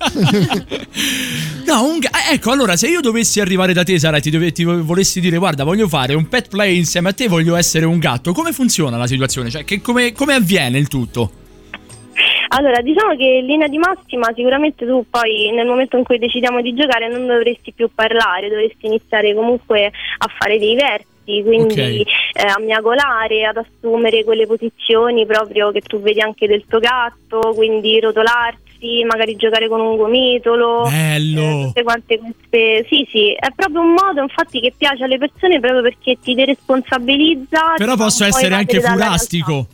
No, ecco, allora se io dovessi arrivare da te, Sara, e ti volessi dire: guarda, voglio fare un pet play insieme a te, voglio essere un gatto, come funziona la situazione? Cioè, come avviene il tutto? Allora, diciamo che in linea di massima sicuramente tu poi nel momento in cui decidiamo di giocare non dovresti più parlare, dovresti iniziare comunque a fare dei versi, quindi a miagolare, ad assumere quelle posizioni proprio che tu vedi anche del tuo gatto, quindi rotolarsi, magari giocare con un gomitolo. Bello! Tutte quante queste... Sì, è proprio un modo infatti che piace alle persone proprio perché ti deresponsabilizza. Però posso essere anche furastico.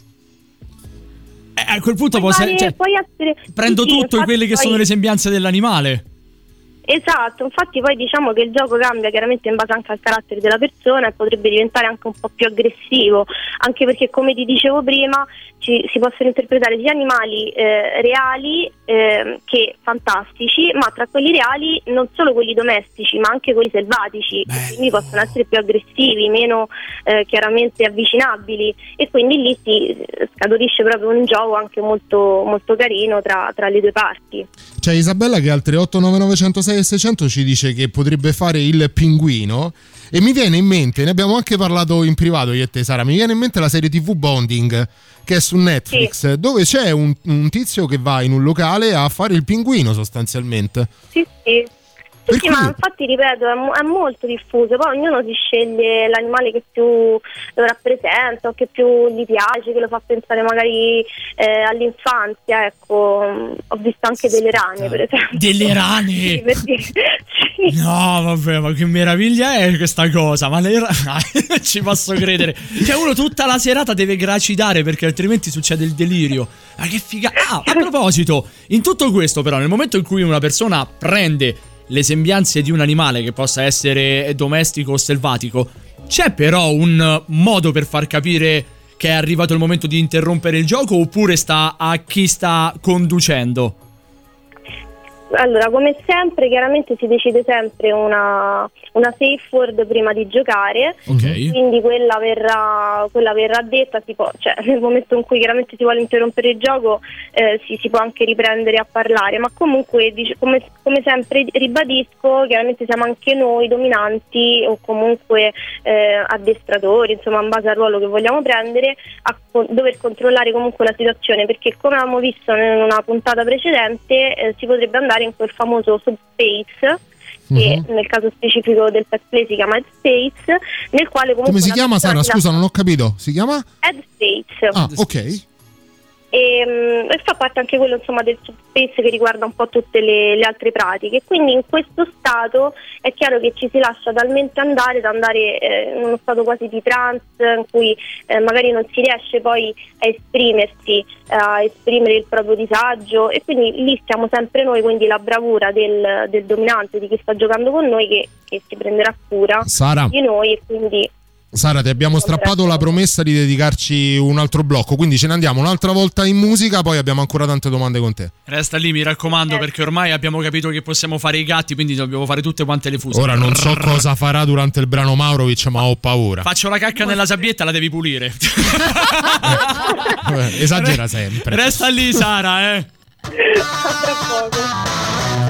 A quel punto puoi essere, prendo tutto quelle che sono le sembianze dell'animale. Esatto, infatti poi diciamo che il gioco cambia chiaramente in base anche al carattere della persona e potrebbe diventare anche un po' più aggressivo, anche perché come ti dicevo prima si possono interpretare sia animali reali che fantastici, ma tra quelli reali non solo quelli domestici ma anche quelli selvatici, quindi possono essere più aggressivi, meno chiaramente avvicinabili, e quindi lì si scaturisce proprio un gioco anche molto, molto carino tra le due parti. C'è Isabella che al 3899 106 600 ci dice che potrebbe fare il pinguino, e mi viene in mente, ne abbiamo anche parlato in privato io e te, Sara, mi viene in mente la serie TV Bonding che è su Netflix, dove c'è un tizio che va in un locale a fare il pinguino sostanzialmente. Sì, Sì, ma infatti ripeto, è molto diffuso, poi ognuno si sceglie l'animale che più lo rappresenta o che più gli piace, che lo fa pensare magari all'infanzia, ecco. Ho visto anche delle rane, per esempio. Delle rane? Sì, perché... sì. No, vabbè, ma che meraviglia è questa cosa, ma le rane, ci posso credere. Cioè uno tutta la serata deve gracidare perché altrimenti succede il delirio. Ma che figa. Ah, a proposito, in tutto questo però, nel momento in cui una persona prende le sembianze di un animale, che possa essere domestico o selvatico, c'è però un modo per far capire che è arrivato il momento di interrompere il gioco, oppure sta a chi sta conducendo? Allora, come sempre, chiaramente si decide sempre una safe word prima di giocare, quindi quella verrà detta, cioè nel momento in cui chiaramente si vuole interrompere il gioco si può anche riprendere a parlare, ma comunque come sempre ribadisco, chiaramente siamo anche noi dominanti o comunque addestratori, insomma in base al ruolo che vogliamo prendere, a dover controllare comunque la situazione, perché come avevamo visto in una puntata precedente si potrebbe andare in quel famoso subspace, che nel caso specifico del pet play si chiama headspace, nel quale comunque... Come si chiama, Sara? Scusa, non ho capito. Si chiama? Headspace. Ah, ok. E fa parte anche quello, insomma, del subspace che riguarda un po' tutte le altre pratiche. Quindi in questo stato è chiaro che ci si lascia talmente andare da andare in uno stato quasi di trance, in cui magari non si riesce poi a esprimersi, a esprimere il proprio disagio, e quindi lì siamo sempre noi, quindi la bravura del dominante, di chi sta giocando con noi, che si prenderà cura di noi. E quindi Sara, ti abbiamo strappato la promessa di dedicarci un altro blocco, quindi ce ne andiamo un'altra volta in musica, poi abbiamo ancora tante domande con te. Resta lì, mi raccomando, perché ormai abbiamo capito che possiamo fare i gatti, quindi dobbiamo fare tutte quante le fuse. Ora non so cosa farà durante il brano Maurovic, ma ho paura. Faccio la cacca nella sabbietta, la devi pulire. Esagera sempre. Resta lì, Sara, A tra poco.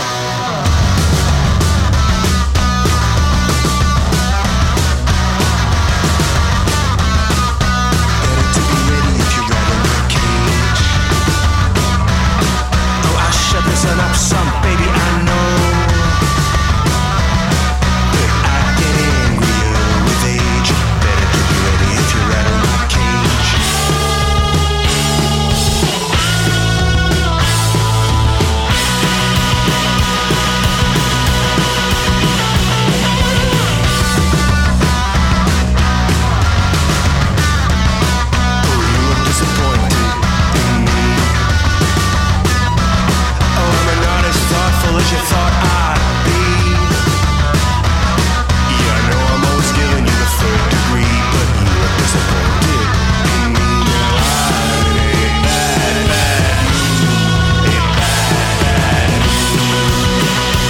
Listen up, some baby, I know that I get angrier with age. Better get you ready if you're rattle my cage. Oh, you look disappointed in me. As you thought I'd be. Yeah, I know I'm always giving you the third degree, but you look disappointed in me. Now I'm in a bad, bad mood. A bad, bad mood.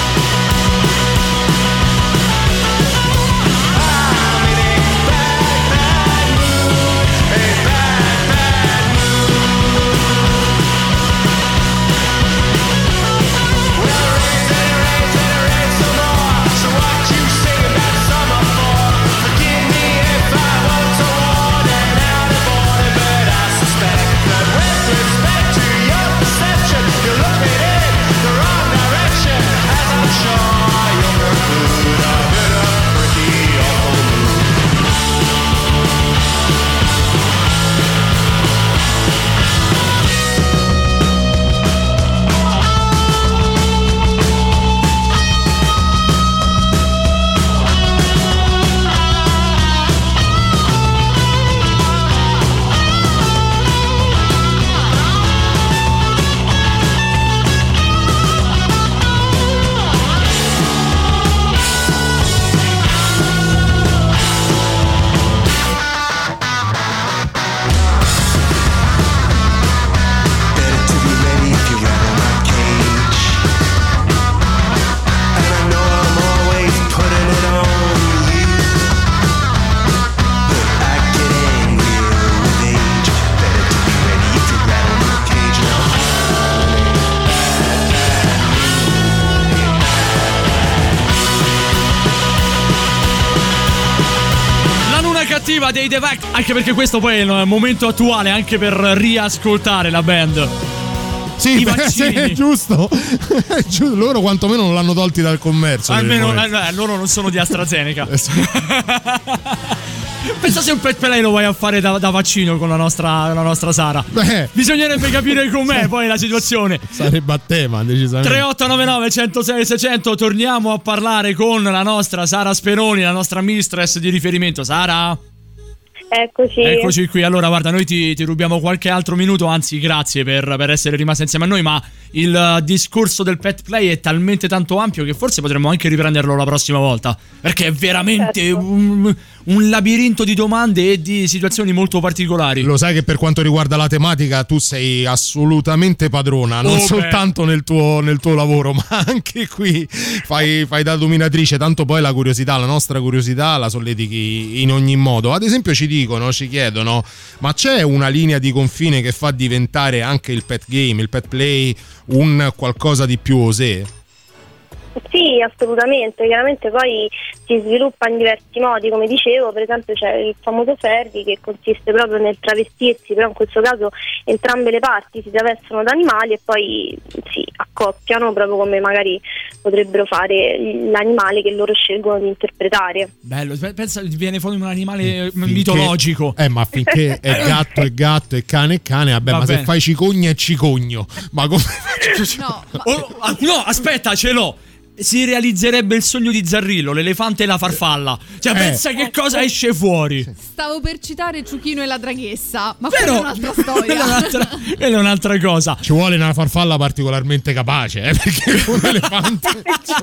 I'm in a bad, bad mood. A bad, bad mood. Dei The Vax, anche perché questo poi è il momento attuale anche per riascoltare la band. Sì, i vaccini. è giusto. Loro quantomeno non l'hanno tolti dal commercio. Almeno loro non sono di AstraZeneca. Pensa se un pet play lo vai a fare da vaccino con la nostra Sara. Bisognerebbe capire com'è poi la situazione. Sarebbe a tema, decisamente. 3899 106 600. Torniamo a parlare con la nostra Sara Speroni, la nostra mistress di riferimento. Sara? Eccoci qui. Allora guarda, noi ti rubiamo qualche altro minuto, anzi grazie per essere rimasta insieme a noi, ma il discorso del pet play è talmente tanto ampio che forse potremmo anche riprenderlo la prossima volta, perché è veramente un labirinto di domande e di situazioni molto particolari. Lo sai che per quanto riguarda la tematica tu sei assolutamente padrona, non soltanto nel tuo lavoro, ma anche qui fai da dominatrice, tanto poi la nostra curiosità la solletichi in ogni modo. Ad esempio ci chiedono, ma c'è una linea di confine che fa diventare anche il pet game, il pet play, un qualcosa di più osé? Sì, assolutamente, chiaramente poi si sviluppa in diversi modi, come dicevo, per esempio c'è il famoso Ferry che consiste proprio nel travestirsi, però in questo caso entrambe le parti si travestono da animali e poi si accoppiano proprio come magari potrebbero fare l'animale che loro scelgono di interpretare. Bello, pensa, viene fuori un animale mitologico. Ma finché è gatto è gatto e cane è cane, vabbè, ma se fai cicogna è cicogno. Ma come? No, aspetta, ce l'ho. Si realizzerebbe il sogno di Zarrillo, l'elefante e la farfalla. Cioè, pensa che cosa esce fuori. Stavo per citare Ciuchino e la draghessa, ma quella è un'altra storia. Quella è un'altra cosa. Ci vuole una farfalla particolarmente capace, perché un elefante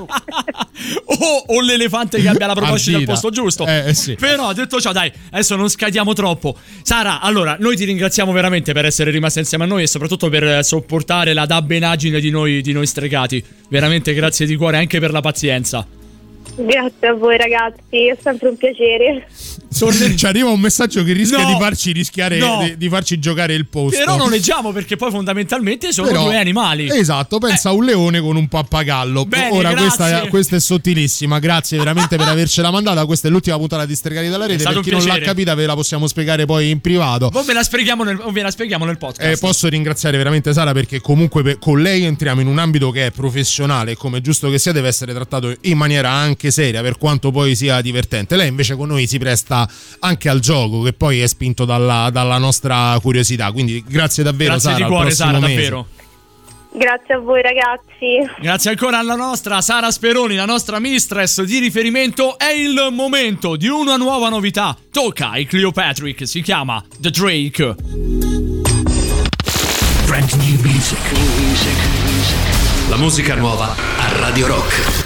o l'elefante che abbia la proboscide al posto giusto. Sì. Però detto ciò, dai, adesso non scadiamo troppo. Sara, allora, noi ti ringraziamo veramente per essere rimasta insieme a noi e soprattutto per sopportare la dabbenaggine di noi stregati. Veramente grazie di cuore anche per la pazienza. Grazie a voi ragazzi, è sempre un piacere. Ci arriva un messaggio che rischia di farci rischiare di farci giocare il posto. Però non leggiamo, perché poi fondamentalmente sono due animali. Esatto, pensa a un leone con un pappagallo. Bene, ora grazie. questa è sottilissima. Grazie veramente per avercela mandata. Questa è l'ultima puntata di Stregati dalla Rete. Per chi non l'ha capita ve la possiamo spiegare poi in privato. Ve la spieghiamo nel podcast. Posso ringraziare veramente Sara, perché comunque con lei entriamo in un ambito che è professionale e come giusto che sia deve essere trattato in maniera anche seria, per quanto poi sia divertente. Lei invece con noi si presta anche al gioco, che poi è spinto dalla nostra curiosità, quindi grazie davvero. Grazie Sara, di cuore Sara, mese. davvero. Grazie a voi ragazzi. Grazie ancora alla nostra Sara Speroni, la nostra mistress di riferimento. È il momento di una nuova novità. Tocca ai Cleopatrick, si chiama The Drake. Brand new music. La musica nuova a Radio Rock.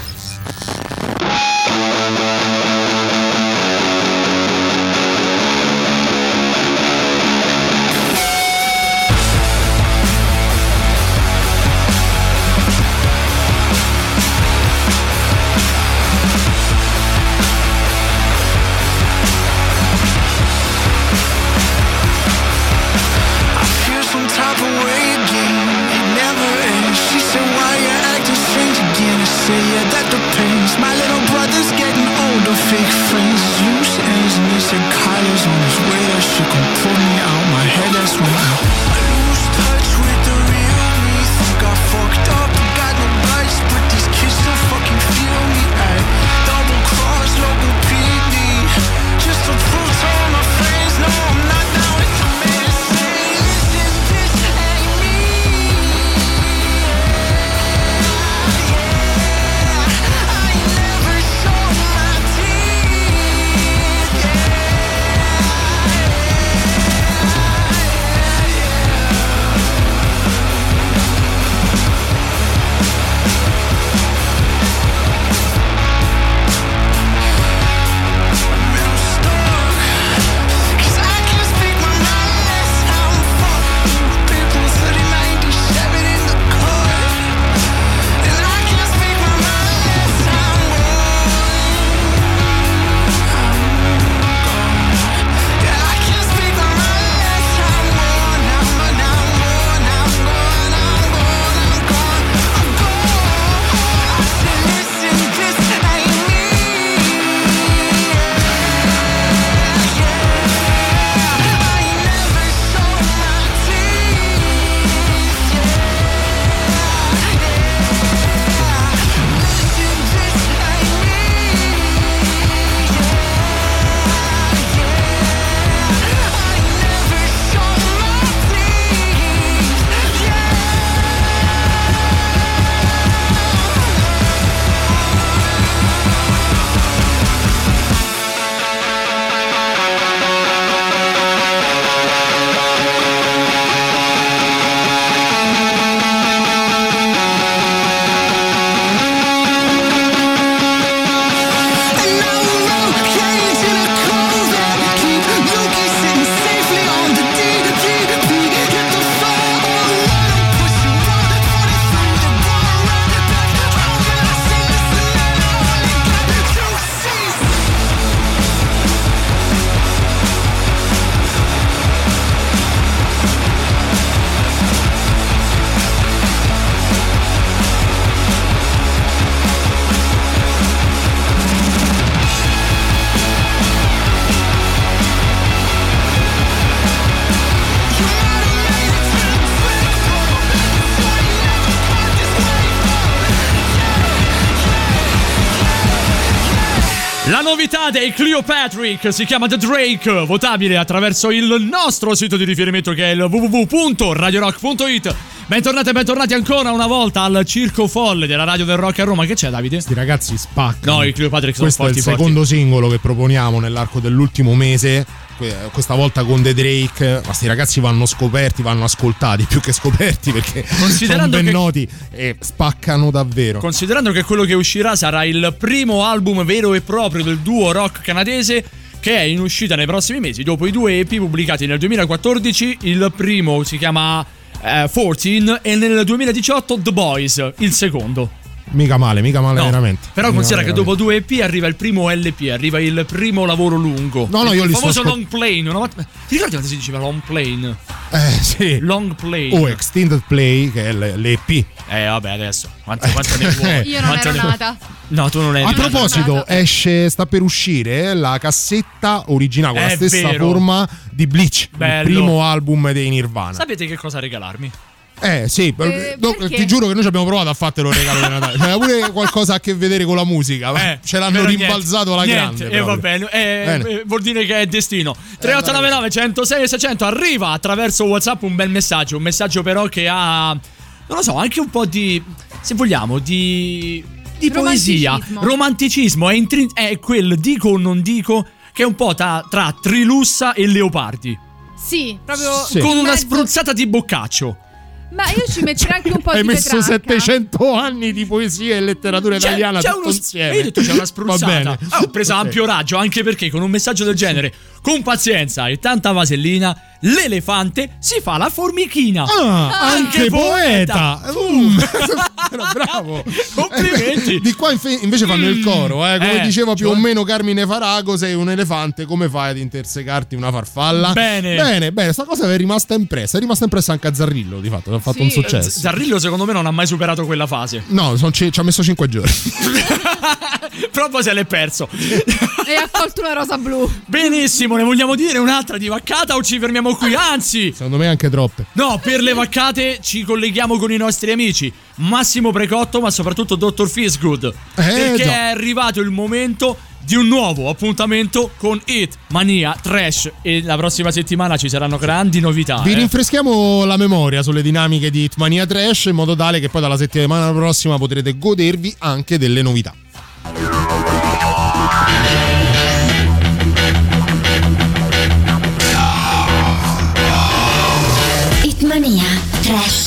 La novità dei Cleopatrick si chiama The Drake, votabile attraverso il nostro sito di riferimento che è il www.radiorock.it. Bentornati ancora una volta al Circo Folle della Radio del Rock a Roma. Che c'è, Davide? Sti ragazzi spaccano. No, i Cleopatrick sono Questo forti. Questo è il secondo singolo che proponiamo nell'arco dell'ultimo mese, questa volta con The Drake. Ma sti ragazzi vanno scoperti, vanno ascoltati più che scoperti, perché sono ben noti e spaccano davvero. Considerando che quello che uscirà sarà il primo album vero e proprio del duo rock canadese, che è in uscita nei prossimi mesi, dopo i 2 EP pubblicati nel 2014. Il primo si chiama 14 e nel 2018 The Boys, il secondo. Mica male no, veramente. Però considera che dopo 2 EP arriva il primo LP, arriva il primo lavoro lungo. No, io il li famoso long plane. Ti ricordi quando si diceva long plane? Sì. Long plane. O extended play, che è l'EP. Vabbè, adesso. Quanto ne vuoi? Io non ero nata. No, tu non eri. A proposito, sta per uscire la cassetta originale con la stessa forma di Bleach, il primo album dei Nirvana. Sapete che cosa regalarmi? Sì, ti giuro che noi ci abbiamo provato a fartelo regalo di Natale. C'era pure qualcosa a che vedere con la musica. Ce l'hanno rimbalzato alla grande. E va bene. Vuol dire che è destino. 3899 106 600 arriva attraverso WhatsApp un bel messaggio. Un messaggio però che ha, non lo so, anche un po' di, se vogliamo, di poesia, romanticismo. È quel dico o non dico che è un po' tra Trilussa e Leopardi. Sì, proprio con una spruzzata di Boccaccio. Ma io ci metterei anche un po' Hai di messo Petrarca. 700 anni di poesia e letteratura italiana tutto insieme. Io ho detto c'è una spruzzata. Ho preso Okay. ampio raggio, anche perché con un messaggio del genere, con pazienza e tanta vasellina, l'elefante si fa la formichina. Anche poeta. Bravo. Complimenti. Di qua invece fanno il coro, come diceva più o meno Carmine Farago, sei un elefante, come fai ad intersecarti una farfalla? Bene, sta cosa è rimasta impressa anche a Zarrillo, di fatto, ha fatto un successo. Zarrillo secondo me non ha mai superato quella fase. No, ci ha messo 5 giorni. Proprio se l'è perso. E ha colto una rosa blu. Benissimo, ne vogliamo dire un'altra di vaccata o ci fermiamo qui? Anzi, secondo me anche troppe. No, per le vaccate ci colleghiamo con i nostri amici Massimo Precotto, ma soprattutto Dr. Feelsgood, perché è arrivato il momento di un nuovo appuntamento con Hit Mania Trash e la prossima settimana ci saranno grandi novità. Vi rinfreschiamo la memoria sulle dinamiche di Hit Mania Trash, in modo tale che poi dalla settimana prossima potrete godervi anche delle novità. Hitmania Trash.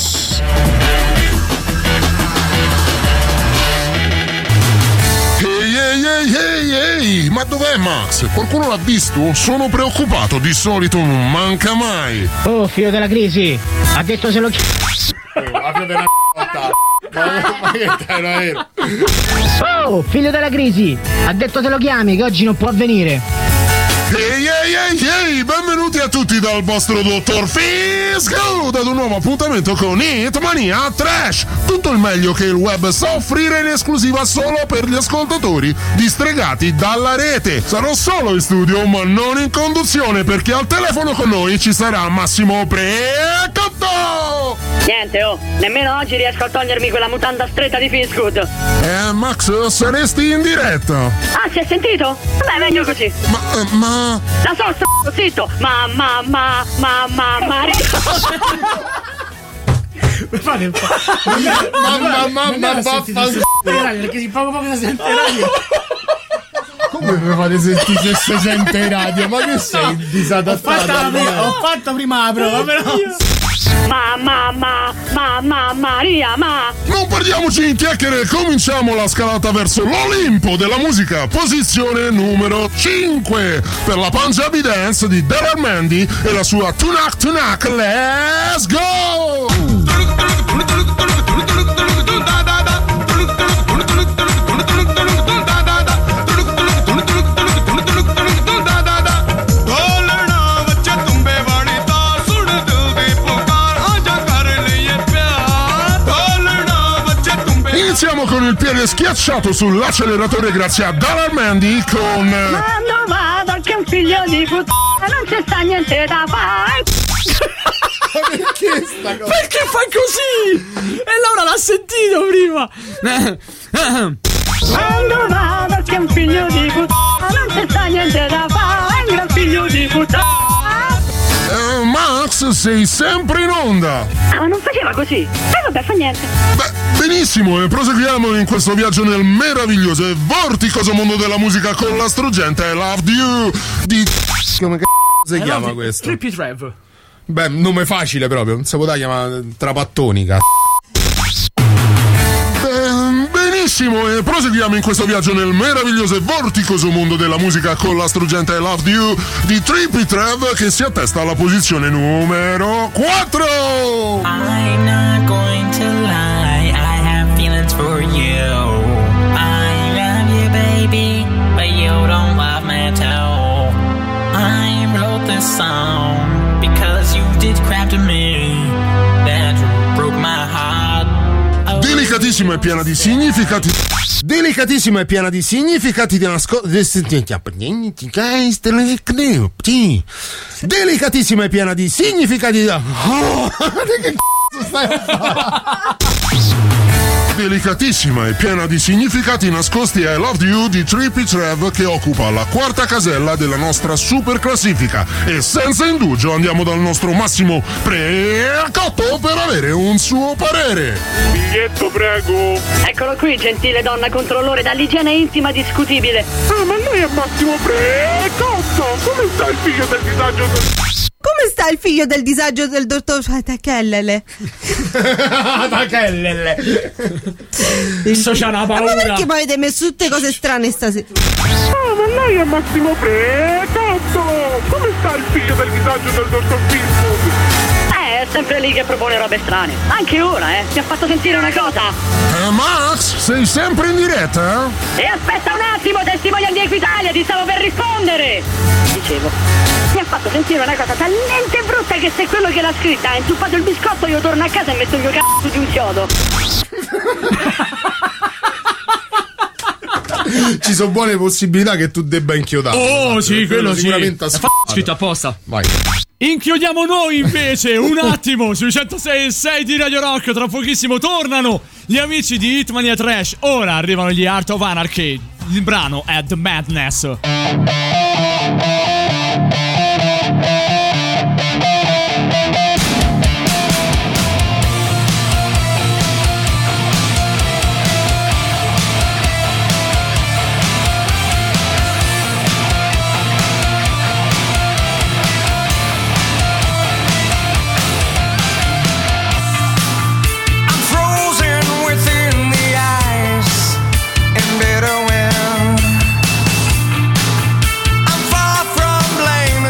Ehi, ma dov'è Max? Qualcuno l'ha visto? Sono preoccupato, di solito non manca mai. Oh, figlio della crisi, ha detto se lo figlio della ma che vero? Oh, figlio della crisi, ha detto te lo chiami che oggi non può venire. Ehi, benvenuti a tutti dal vostro dottor Feelsgood ad un nuovo appuntamento con Hitmania Trash. Tutto il meglio che il web sa offrire in esclusiva solo per gli ascoltatori distregati dalla rete. Sarò solo in studio ma non in conduzione, perché al telefono con noi ci sarà Massimo Precotto. Niente, nemmeno oggi riesco a togliermi quella mutanda stretta di Feelsgood. Max, saresti in diretta. Ah, si è sentito? Beh, meglio così. Ma la so, zitto. Ma fate un po'. Perché si poco da sente radio. Come mi fate sentire se sente radio? Ma che sei disadattato? Ho fatto prima la prova, però. Maria. Non perdiamoci in chiacchiere, cominciamo la scalata verso l'Olimpo della musica. Posizione numero 5 per la Punjabi Dance di Daryl Mandy e la sua Tunak. Let's go! Iniziamo con il piede schiacciato sull'acceleratore grazie a Daryl Mandy con Quando vado che un figlio di puttana non c'è sta niente da fare. Perché sta cosa? Perché fa così? E Laura l'ha sentito prima. Quando vado che un figlio di puttana non c'è sta niente da fare, è un gran figlio di puttana. Max, sei sempre in onda. Ma non faceva così. Vabbè, fa niente. Beh, benissimo, e proseguiamo in questo viaggio nel meraviglioso e vorticoso mondo della musica con la struggente I Love You di... Come si chiama questo? Trippy Trev. Beh, nome facile proprio, non si può chiamare Trapattoni, Benissimo, e proseguiamo in questo viaggio nel meraviglioso e vorticoso mondo della musica con la struggente I Love You di Trippy Trev, che si attesta alla posizione numero 4. I'm not going to lie, I have feelings for you. I love you, baby, but you don't love me too. I wrote this song because you did crap to me that broke my heart. Delicatissima e piena di significati. Delicatissima e piena di significati di nascosto. Delicatissima e piena di significati. Oh, che cazzo stai a fare? Delicatissima e piena di significati nascosti I Love You di Trippy Trev, che occupa la quarta casella della nostra super classifica, e senza indugio andiamo dal nostro Massimo Precotto per avere un suo parere. Biglietto, prego. Eccolo qui, gentile donna controllore dall'igiene intima discutibile. Ah, ma lei è Massimo Precotto. Come sta il figlio del disagio Come sta il figlio del disagio del dottor Tachellele? Tachellele. Sto c'ha una paura. Ma perché poi avete messo tutte cose strane stasera? Ah, ma lei è Massimo Precotto. Come sta il figlio del disagio del dottor Pittsburgh? È sempre lì che propone robe strane. Anche ora, mi ha fatto sentire una cosa. Max, sei sempre in diretta? E aspetta un attimo, testimonial di Equitalia, ti stavo per rispondere. Dicevo, mi ha fatto sentire una cosa talmente brutta che se quello che l'ha scritta ha intuppato il biscotto, io torno a casa e metto il mio c***o di un chiodo. Ci sono buone possibilità che tu debba inchiodare. Oh, sì, quello sicuramente sì. Scritto apposta. Vai. Inchiodiamo noi invece un attimo sui 106.6 di Radio Rock. Tra pochissimo tornano gli amici di Hitmania Trash. Ora arrivano gli Art of Anarchy. Il brano è The Madness. I'm far from blame.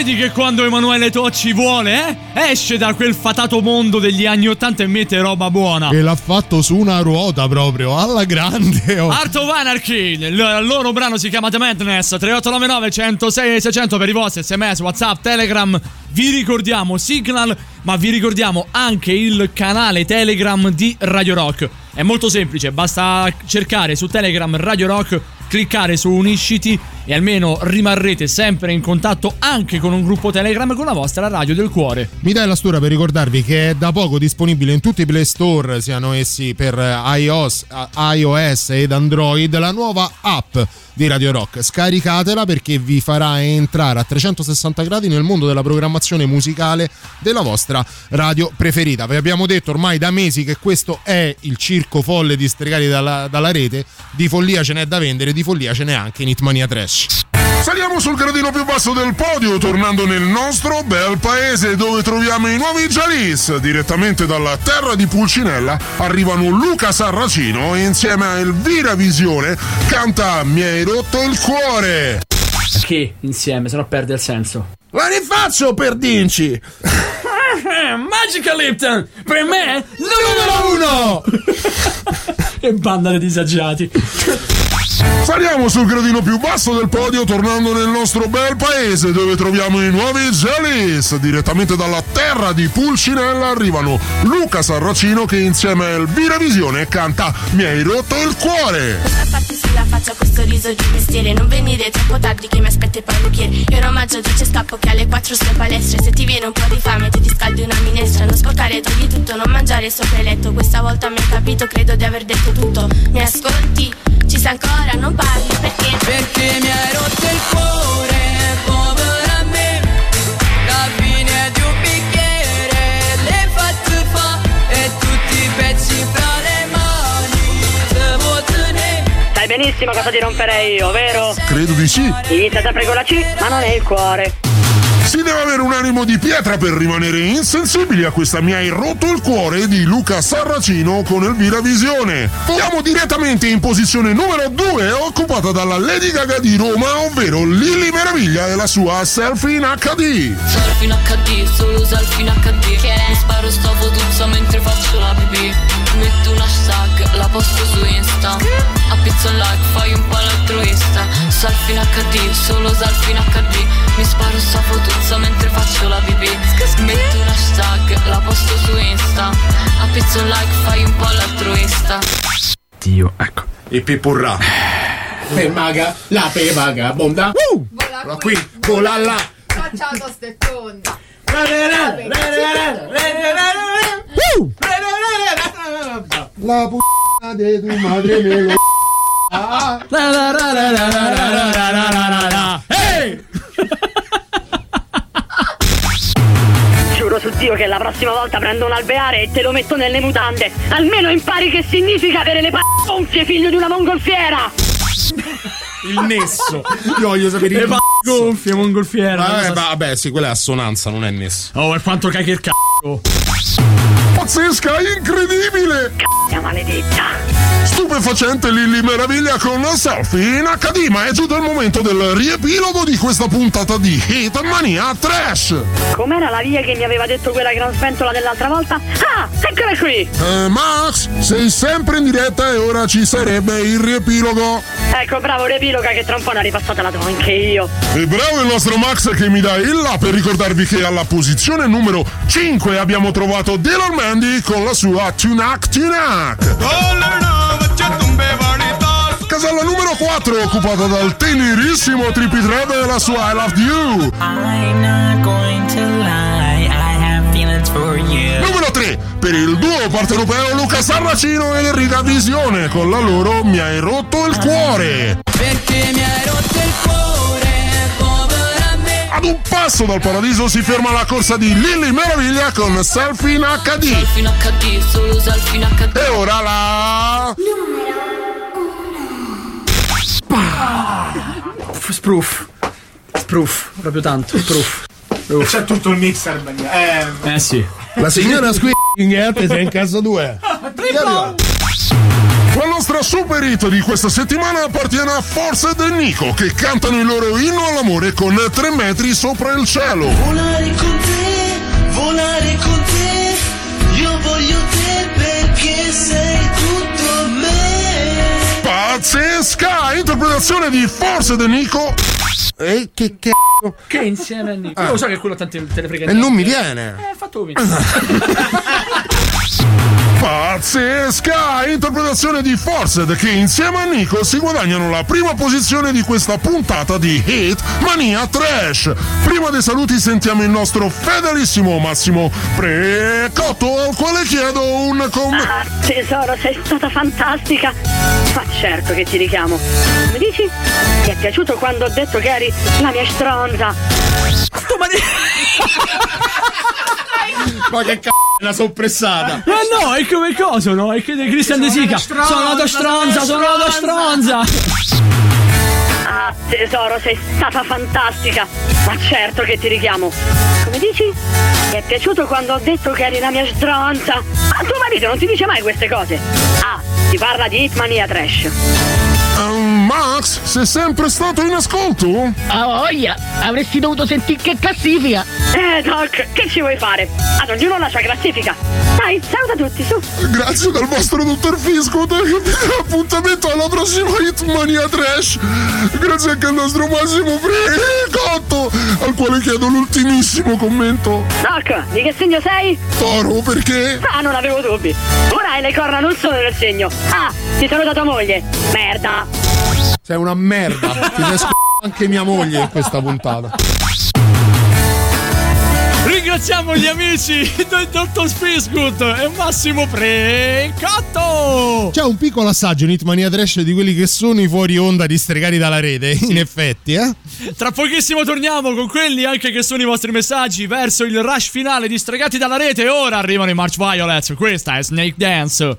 vedi che quando Emanuele Tocci vuole, esce da quel fatato mondo degli anni 80 e mette roba buona. E l'ha fatto su una ruota proprio, alla grande. Art of Anarchy, il loro brano si chiama The Madness. 3899 106 600 per i vostri SMS, WhatsApp, Telegram. Vi ricordiamo Signal, ma vi ricordiamo anche il canale Telegram di Radio Rock. È molto semplice, basta cercare su Telegram Radio Rock, cliccare su Unisciti e almeno rimarrete sempre in contatto anche con un gruppo Telegram con la vostra radio del cuore. Mi dai la stura per ricordarvi che è da poco disponibile in tutti i Play Store, siano essi per iOS ed Android, la nuova app di Radio Rock. Scaricatela perché vi farà entrare a 360 gradi nel mondo della programmazione musicale della vostra radio preferita. Vi abbiamo detto ormai da mesi che questo è il circo folle di Stregati dalla rete. Di follia ce n'è da vendere, di follia ce n'è anche in Hitmania Trash. Saliamo sul gradino più basso del podio, tornando nel nostro bel paese dove troviamo i nuovi Jalis. Direttamente dalla terra di Pulcinella arrivano Luca Sarracino e insieme a Elvira Visione canta Mi hai rotto il cuore. Che insieme, se no perde il senso. La rifaccio per Dinci. Magica Lipton, per me numero 1. Che banda di disagiati. Saliamo sul gradino più basso del podio tornando nel nostro bel paese dove troviamo i nuovi Jalis. Direttamente dalla terra di Pulcinella arrivano Luca Sarracino che insieme a Elvira Visione canta Mi hai rotto il cuore. Questa parte sulla faccia, questo riso di mestiere. Non venire troppo tardi che mi aspetta il parrucchiere. Io ero omaggio dice scappo che alle 4 sto in palestra. Se ti viene un po' di fame ti scaldi una minestra. Non sporcare, togli tutto, non mangiare sopra il letto. Questa volta mi hai capito, credo di aver detto tutto. Mi ascolti? Ci sei ancora, non parli perché? Perché mi hai rotto il cuore, povera me. La fine di un bicchiere, le faccio fa e tutti i pezzi fra le mani. Devo tenere. Sai benissimo cosa ti romperei io, vero? Credo di sì. Inizia sempre con la C, ma non è il cuore. Si deve avere un animo di pietra per rimanere insensibili a questa Mi hai rotto il cuore di Luca Sarracino con Elvira Visione. Andiamo direttamente in posizione numero 2, occupata dalla Lady Gaga di Roma, ovvero Lilli Meraviglia e la sua Selfie in HD. Selfie in HD, solo selfie in HD. Mi sparo sta fotuzza mentre faccio la pipì. Metto un hashtag, la posto su Insta. A pizza un like, fai un po' l'altruista. Selfie in HD, solo selfie in HD. Mi sparo sta fotuzza mentre faccio la pipì. Metto un hashtag, la posto su Insta. A pizza un like, fai un po' l'altruista. Dio, ecco. E pepurrà. Per maga, la pe vagabonda. Vola qui, vola là. Facciamo stetonda. La p***a de tu madre me lo Hey! Giuro su Dio che la prossima volta prendo un alveare e te lo metto nelle mutande. Almeno impari che significa avere le gonfie, figlio di una mongolfiera. il nesso. Io voglio sapere le gonfie, mongolfiera. Vabbè, sì, quella è assonanza, non è nesso. Oh, e quanto cacchio il c***o. Pazzesca, incredibile! C***a maledetta. Stupefacente Lilli Meraviglia con Selfie in HD, ma è giunto il momento del riepilogo di questa puntata di Hitmania Trash. Com'era la via che mi aveva detto quella gran spentola dell'altra volta? Ah, eccola qui! Max, sei sempre in diretta e ora ci sarebbe il riepilogo. Ecco, bravo, riepiloga che tra un po' una ripassata la do anche io. E bravo il nostro Max che mi dà il là per ricordarvi che alla posizione numero 5 abbiamo trovato Dylan Mandy con la sua Tunak Tunak. Casella numero 4 occupata dal tenerissimo Trippy Dread e la sua I Love You. I'm not going to lie, I have feelings for you. Numero 3 per il duo partenopeo Luca Sarracino e Enrica Visione con la loro Mi hai rotto il cuore. Perché mi hai rotto il cuore, povera me. Ad un passo dal paradiso si ferma la corsa di Lilli Meraviglia con Selfie in HD. Selfie in HD, solo selfie in HD. E ora la Sproof, proprio tanto. Sproof. C'è tutto il mixer. Sì. La signora Squirting sei in casa 2. La nostra super hit di questa settimana appartiene a Forse De Nico, che cantano il loro inno all'amore con 3 metri sopra il cielo. Volare con te, io voglio te perché sei tutto me. Pazzesca interpretazione di Forse De Nico. Che Che insieme a Nico. Lo so che quello tanto te ne frega. E non mi viene. Fatto Pazzesca interpretazione di Forced, che insieme a Nico si guadagnano la prima posizione di questa puntata di Hit Mania Trash. Prima dei saluti sentiamo il nostro fedelissimo Massimo Precotto, al quale chiedo un tesoro, sei stata fantastica. Ma certo che ti richiamo. Mi dici? Ti è piaciuto quando ho detto che eri la mia stronza? Ma che una soppressata. Ma no, è come cosa, no? È che di Christian De Sica. Sono la tua stronza. Ah, tesoro, sei stata fantastica. Ma certo che ti richiamo. Come dici? Ti è piaciuto quando ho detto che eri la mia stronza? Ma tuo marito non ti dice mai queste cose? Ah, ti parla di Hitmania Trash. Max, sei sempre stato in ascolto? Ah, voglia, avresti dovuto sentire che classifica. Doc, che ci vuoi fare? Ad ognuno la sua classifica. Dai, saluta tutti, su. Grazie dal vostro dottor Fisco. Appuntamento alla prossima Hitmania Trash. Grazie anche al nostro Massimo Precotto, al quale chiedo l'ultimissimo commento. Doc, di che segno sei? Toro, perché? Ah, non avevo dubbi. Ora hai le corna non solo nel segno. Ah, ti saluta tua moglie. Merda. Sei una merda. Ti sei anche mia moglie in questa puntata. Ringraziamo gli amici del Dottor Fisgood e Massimo Precotto. C'è un piccolo assaggio in Hitmania Trash di quelli che sono i fuori onda distregati dalla rete, in effetti, Tra pochissimo torniamo con quelli anche che sono i vostri messaggi verso il rush finale di Stregati dalla rete. Ora arrivano i March Violets. Questa è Snake Dance.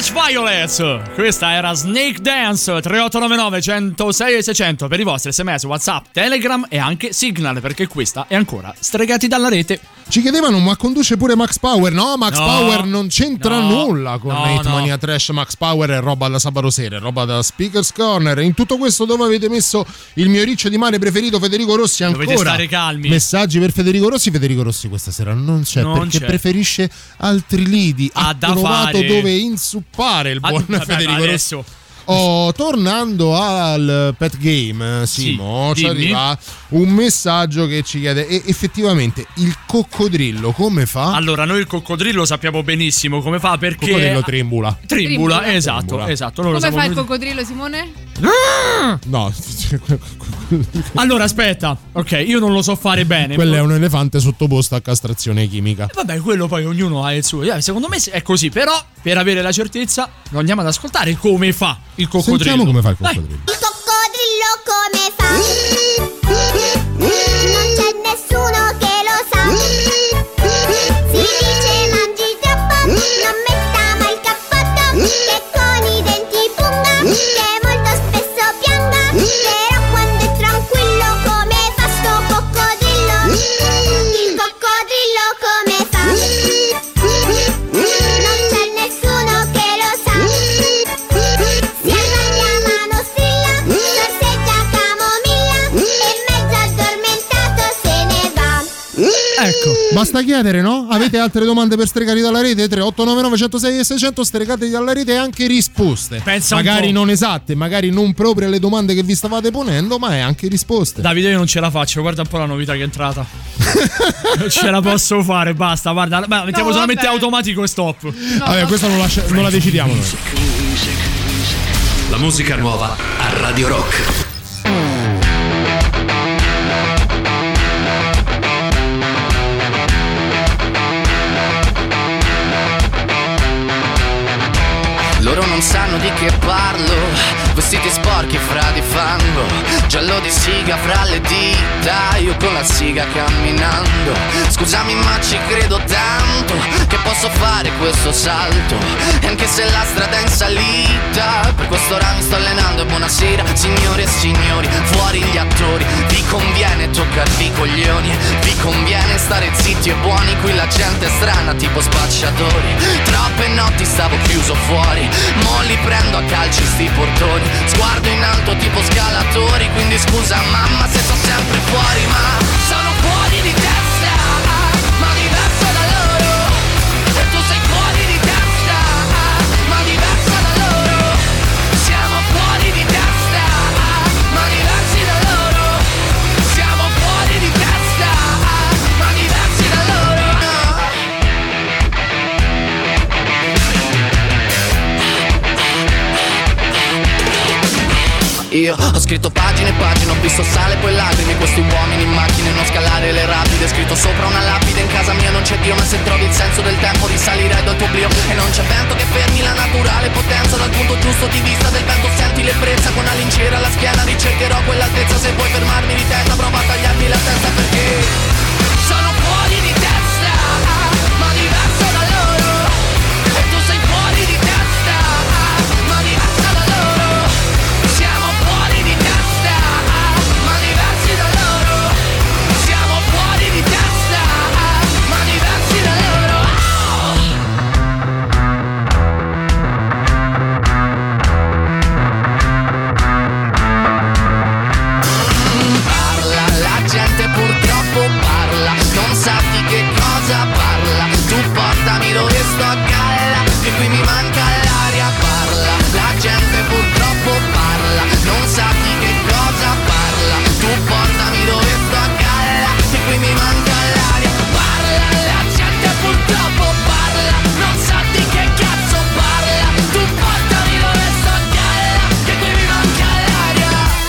Touch Violets. Questa era Snake Dance. 3899 106 e 600 per i vostri SMS, WhatsApp, Telegram e anche Signal, perché questa è ancora Stregati dalla Rete. Ci chiedevano, ma conduce pure Max Power? No, Max Power non c'entra nulla con Hitmania Trash. Max Power è roba da sabato sera, è roba da Speakers Corner. In tutto questo dove avete messo il mio riccio di mare preferito, Federico Rossi? Ancora dovete stare calmi. Messaggi per Federico Rossi. Federico Rossi questa sera non c'è, perché preferisce altri lidi. Ha trovato dove insuppare il buon Federico Rossi. Tornando al pet game, Simo, ci arriva un messaggio che ci chiede effettivamente il coccodrillo come fa? Allora, noi il coccodrillo sappiamo benissimo come fa, perché il coccodrillo trimbula. Esatto. Come fa il coccodrillo, Simone? No. Allora, aspetta. Ok, io non lo so fare bene. Quello è un elefante sottoposto a castrazione chimica. Vabbè, quello poi ognuno ha il suo. Secondo me è così, però per avere la certezza lo andiamo ad ascoltare come fa il coccodrillo. Sentiamo come fa il coccodrillo. Il coccodrillo come fa? Non c'è nessuno che lo sa. Si dice mangi troppo, non metta mai il cappotto, che con i denti punga, che molto spesso pianga. Però quando è tranquillo come fa sto coccodrillo? Il coccodrillo come fa? Non c'è nessuno che lo sa. Si arrabbia a mano strilla, sorseggia camomilla e mezzo addormentato se ne va. Ecco, basta chiedere, no? Avete altre domande per Stregati dalla Rete? 3899 106 e 600, Stregati dalla Rete, e anche risposte. Pensa magari non esatte, magari non proprio alle domande che vi stavate ponendo, ma è anche risposte. Davide, io non ce la faccio, guarda un po' la novità che è entrata. Non ce la posso fare, basta, guarda. Beh, mettiamo solamente automatico e stop. Vabbè, questo non la decidiamo noi. La musica nuova a Radio Rock. Loro non sanno di che parlo, vestiti sporchi fra di fango, giallo di siga fra le dita, io con la siga camminando. Scusami ma ci credo tanto che posso fare questo salto, e anche se la strada è in salita, per quest'ora mi sto allenando. E buonasera signore e signori, fuori gli attori, vi conviene toccarvi i coglioni, vi conviene stare zitti e buoni, qui la gente è strana tipo spacciatori. Troppe notti stavo chiuso fuori, mo li prendo a calci sti portoni, sguardo in alto tipo scalatori, quindi scusa mamma se sto sempre fuori, ma sono fuori di testa, ma diverso da loro, e tu sei fuori di testa, ma diverso da loro, siamo fuori di testa, ma diversi da loro, siamo fuori di testa, ma diversi da loro. Io ho scritto pagine e pagine, ho visto sale poi lacrime, questi uomini in macchine, non scalare le rapide, scritto sopra una lapide, in casa mia non c'è Dio, ma se trovi il senso del tempo risalirai dal tuo oblio, e non c'è vento che fermi la naturale potenza, dal punto giusto di vista del vento senti l'ebbrezza, con la lincera alla schiena ricercherò quell'altezza, se vuoi fermarmi di testa prova a tagliarmi la testa, perché sono fuori di testa, ma diverso da loro, e tu sei fuori di testa, ma diverso da loro, siamo fuori di testa, ma diversi da loro, siamo fuori di testa, ma diversi da loro. Parla, la gente purtroppo parla, non sa di che cosa parla, tu portami dove sto a galla, che qui mi manca l'aria, parla, la gente purtroppo parla, non sa di che cosa parla, tu portami dove sto a galla, che qui mi manca l'aria, parla, la gente purtroppo parla, non sa di che cazzo parla, tu portami dove sto a galla, che qui mi manca l'aria.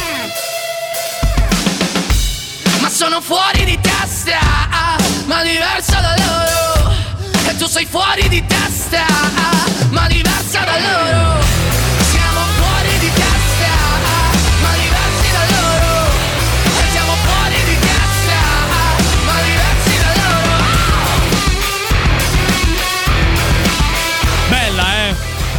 Ma sono fuori di testa, ma diversa da loro, e tu sei fuori di testa, ma diversa da loro, siamo fuori di testa, ma diversi da loro, e siamo fuori di testa, ma diversi da loro. Bella,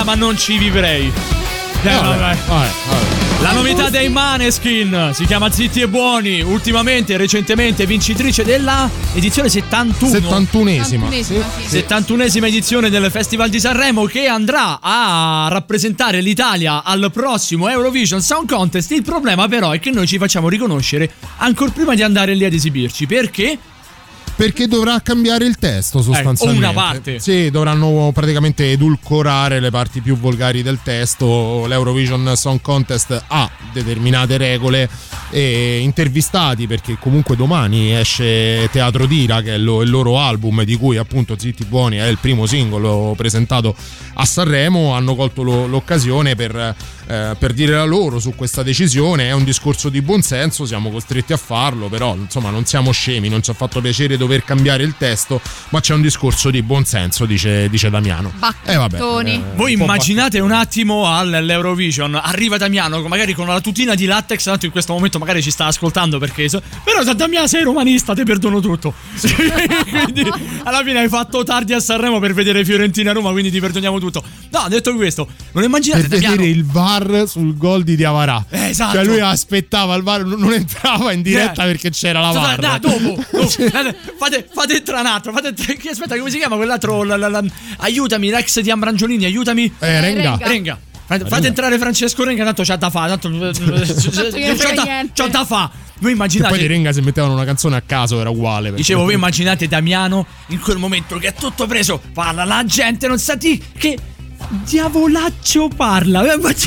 ma non ci vivrei. Vabbè. La novità dei Maneskin si chiama Zitti e Buoni, recentemente vincitrice della edizione 71esima. Sì. 71esima edizione del Festival di Sanremo, che andrà a rappresentare l'Italia al prossimo Eurovision Song Contest. Il problema però è che noi ci facciamo riconoscere ancora prima di andare lì ad esibirci. Perché dovrà cambiare il testo sostanzialmente. O una parte. Sì, dovranno praticamente edulcorare le parti più volgari del testo. L'Eurovision Song Contest ha determinate regole e intervistati, perché comunque domani esce Teatro d'Ira, che è il loro album, di cui appunto Zitti Buoni è il primo singolo presentato a Sanremo. Hanno colto l'occasione per dire la loro su questa decisione. È un discorso di buonsenso, siamo costretti a farlo, però insomma non siamo scemi, non ci ha fatto piacere dover cambiare il testo, ma c'è un discorso di buonsenso, dice Damiano. Voi immaginate un attimo all'Eurovision, arriva Damiano magari con la tutina di latex, tanto in questo momento magari ci sta ascoltando, perché però se Damiano sei romanista te perdono tutto. Quindi alla fine hai fatto tardi a Sanremo per vedere Fiorentina-Roma, quindi ti perdoniamo tutto. No, detto questo, non immaginate per Damiano vedere il VAR sul gol di Diavarà. Esatto. Cioè lui aspettava il VAR, non entrava in diretta perché c'era la VAR. Dopo. Fate entrare un altro. Aspetta, come si chiama quell'altro? Aiutami, l'ex di Ambrangiolini, aiutami. Renga. Fate entrare Francesco Renga, tanto c'ha da fare. C'ha da fare. Voi immaginate. E poi di Renga se mettevano una canzone a caso era uguale. Dicevo, voi immaginate Damiano in quel momento che è tutto preso. Parla, la gente non sa di che diavolaccio parla.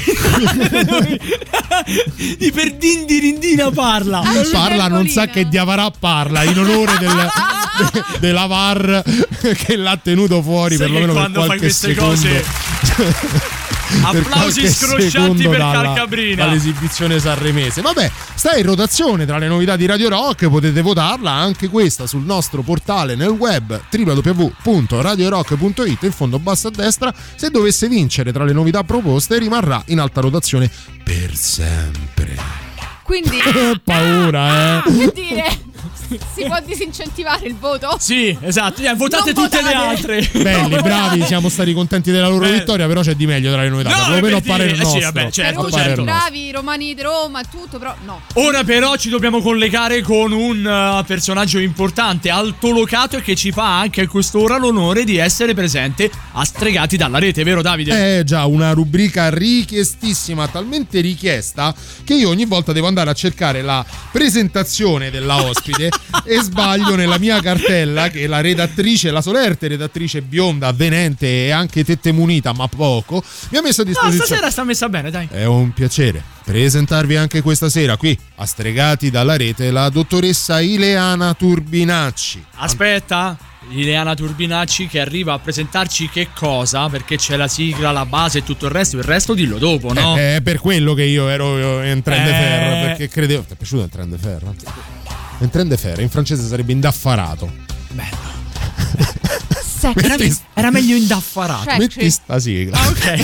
Di Perdin Rindina parla. Non sa che Diavarà parla, in onore della VAR che l'ha tenuto fuori. Sai perlomeno che per quando qualche fai queste secondo. Applausi scroscianti per Calcabrina dall'esibizione sanremese. Vabbè, sta in rotazione tra le novità di Radio Rock. Potete votarla anche questa sul nostro portale nel web www.radiorock.it. in fondo basso a destra. Se dovesse vincere tra le novità proposte, rimarrà in alta rotazione per sempre. Quindi paura, che dire? Si può disincentivare il voto? Sì, esatto. Votate tutte le altre. Belli, bravi, siamo stati contenti della loro vittoria, però c'è di meglio tra le novità. Perlomeno a parere nostro. Sì, vabbè, certo. Bravi, romani di Roma, tutto, però no. Ora però ci dobbiamo collegare con un personaggio importante, altolocato, e che ci fa anche a quest'ora l'onore di essere presente a Stregati dalla Rete, vero Davide? Già, una rubrica richiestissima, talmente richiesta che io ogni volta devo andare a cercare la presentazione della ospite e sbaglio nella mia cartella che la redattrice, la solerte redattrice bionda, avvenente e anche tette munita, ma poco, mi ha messo a disposizione. No, stasera sta messa bene, dai. È un piacere presentarvi anche questa sera qui a Stregati dalla Rete la dottoressa Ileana Turbinacci. Aspetta, Ileana Turbinacci che arriva a presentarci che cosa? Perché c'è la sigla, la base e tutto il resto dillo dopo, no? È per quello che io ero in Tren de Fer, perché credevo. Ti è piaciuto il Tren de Fer? Il Tren de Fer in francese sarebbe indaffarato. Bello. Era meglio indaffarato. Metti sta sigla. Ok.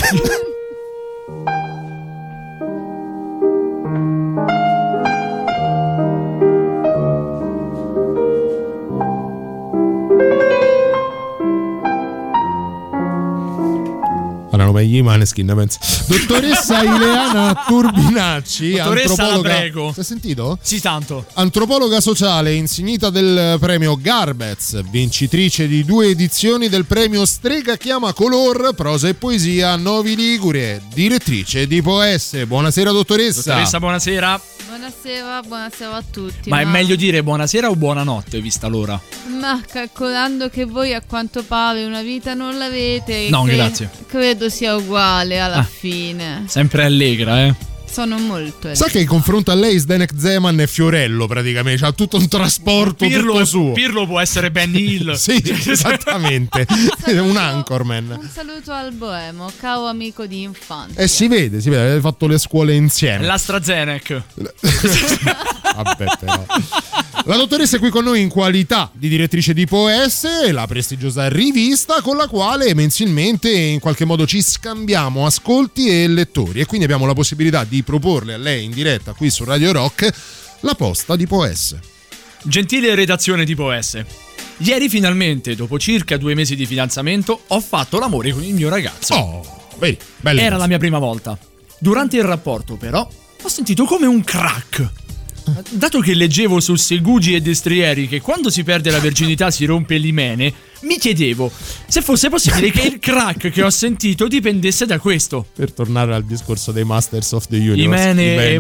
Erano meglio i Maneskin, penso. Dottoressa Ileana Turbinacci, antropologa. Prego. Hai sentito? Sì, tanto. Antropologa sociale, insignita del premio Garbez, vincitrice di 2 edizioni del premio Strega Chiama Color, prosa e poesia Novi Ligure, direttrice di Poesse. Buonasera dottoressa. Dottoressa, buonasera. Buonasera a tutti. Ma è meglio dire buonasera o buonanotte, vista l'ora? Ma calcolando che voi a quanto pare una vita non l'avete, no, grazie. Credo sia uguale alla fine. Sempre allegra, Sono molto allegra. Sa che in confronto a lei Zdenek Zeman è Fiorello praticamente, c'ha tutto un trasporto tutto suo. Pirlo può essere Ben Hill. Sì, esattamente. Un anchorman. Un saluto al Boemo, caro amico di infanzia. Si vede, avete fatto le scuole insieme. L'AstraZeneca. Vabbè, però. La dottoressa è qui con noi in qualità di direttrice di Poesse, la prestigiosa rivista con la quale mensilmente in qualche modo ci scambiamo ascolti e lettori, e quindi abbiamo la possibilità di proporle a lei in diretta qui su Radio Rock la posta di Poesse. Gentile redazione di Poesse, ieri finalmente, dopo circa 2 mesi di fidanzamento, ho fatto l'amore con il mio ragazzo. Vedi, bello. Era la mia prima volta. Durante il rapporto, però, ho sentito come un crack. Dato che leggevo su Segugi e Destrieri che quando si perde la virginità si rompe l'imene, mi chiedevo se fosse possibile che il crack che ho sentito dipendesse da questo. Per tornare al discorso dei Masters of the Universe. Imene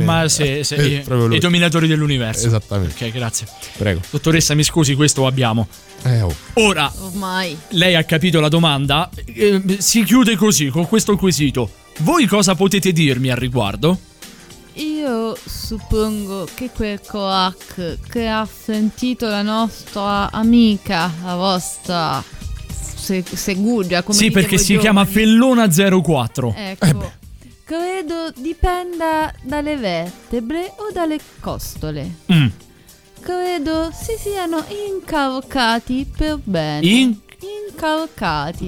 e dominatori dell'universo. Esattamente. Ok, grazie. Prego. Dottoressa, mi scusi, questo abbiamo. Ora, ormai lei ha capito la domanda. Si chiude così, con questo quesito. Voi cosa potete dirmi al riguardo? Io suppongo che quel coac che ha sentito la nostra amica, la vostra Segugia, come sì, dite perché voi si giovani, chiama Fellona 04. Ecco, credo dipenda dalle vertebre o dalle costole. Credo si siano incalcati per bene. Incalcati.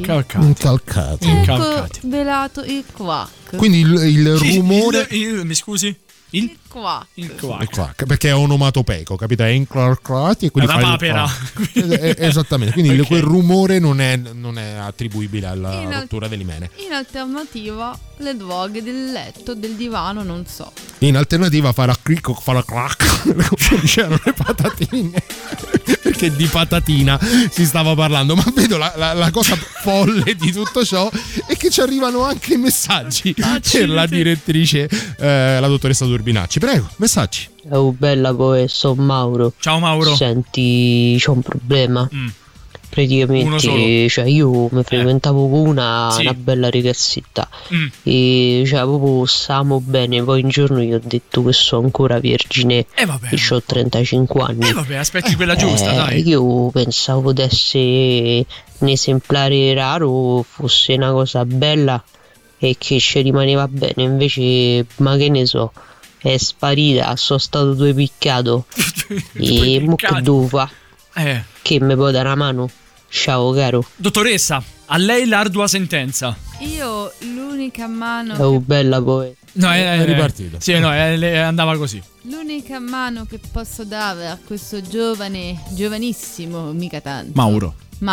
Ecco velato il quack. Quindi il rumore. Mi scusi? Il quack. Il quack, perché è onomatopeico, capito? È incalcati e quindi è una papera. Esattamente. Quindi quel rumore non è attribuibile alla rottura dell'imene. In alternativa, le droghe del letto, del divano, non so. In alternativa, farà crack, come dicevano le patatine. Perché di patatina si stava parlando. Ma vedo la cosa folle di tutto ciò è che ci arrivano anche i messaggi per la direttrice, la dottoressa Turbinacci. Prego, messaggi. Oh bella, poi sono Mauro. Ciao Mauro. Senti, c'ho un problema. Praticamente, cioè, io mi frequentavo con una bella ragazzetta e cioè proprio stavamo bene. Poi un giorno io ho detto che sono ancora vergine e ho 35 anni. Vabbè, aspetti quella giusta, dai. Io pensavo potesse un esemplare raro, fosse una cosa bella e che ci rimaneva bene. Invece, ma che ne so, è sparita, sono stato due picchiato. E mo che devo fare? Che mi può dare una mano? Ciao caro. Dottoressa, a lei l'ardua sentenza. Io l'unica mano Oh bella poi. No, è ripartito. Sì, no, andava così. L'unica mano che posso dare a questo giovanissimo, mica tanto Mauro,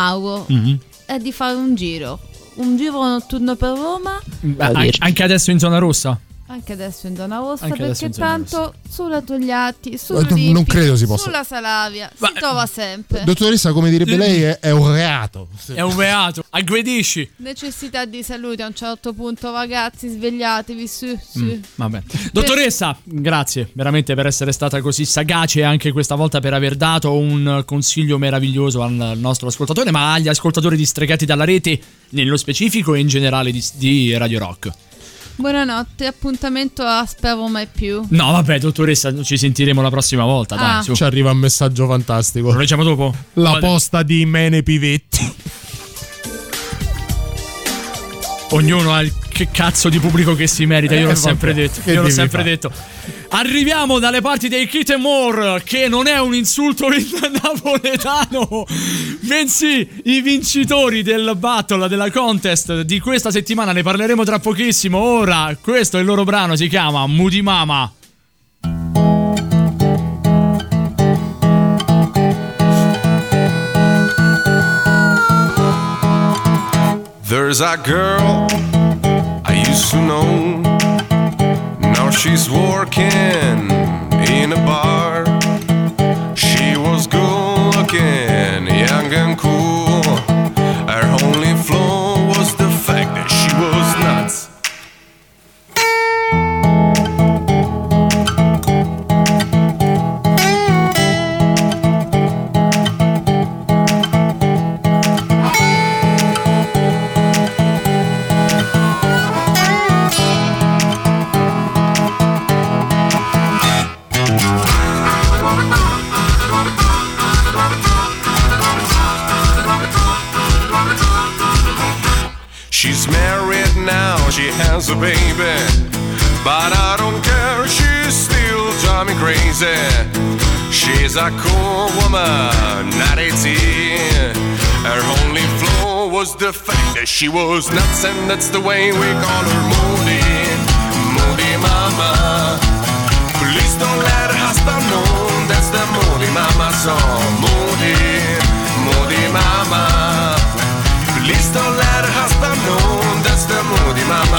è di fare un giro notturno per Roma. Anche adesso in zona rossa? Anche adesso in zona rossa, Anche perché tanto sulla Togliatti, non credo si possa. sulla Salavia si trova sempre. Dottoressa, come direbbe lei, è un reato. È un reato, aggredisci. Necessità di salute a un certo punto, ragazzi, svegliatevi su. Vabbè. Dottoressa, grazie veramente per essere stata così sagace anche questa volta, per aver dato un consiglio meraviglioso al nostro ascoltatore, ma agli ascoltatori distregati dalla rete nello specifico e in generale di Radio Rock. Buonanotte, appuntamento a spero mai più. No, vabbè, dottoressa, ci sentiremo la prossima volta, dai, su. Ci arriva un messaggio fantastico. Lo leggiamo dopo? La posta di Imene Pivetti. Ognuno ha il che cazzo di pubblico che si merita, io l'ho sempre detto. Arriviamo dalle parti dei Kit and More, che non è un insulto in napoletano, bensì i vincitori del battle, della contest di questa settimana. Ne parleremo tra pochissimo. Ora, questo è il loro brano, si chiama Moody Mama. There's a girl I used to know. Now she's working in a bar. She was good looking, young and cool. Her only flaw was the fact that she was nuts. She's married now, she has a baby, but I don't care, she still drives me crazy. She's a cool woman, not 18. Her only flaw was the fact that she was nuts, and that's the way we call her Moody, Moody Mama. Please don't let her husband know that's the Moody Mama song. Moody, Moody Mama. Please don't let her husband know that's the Moody Mama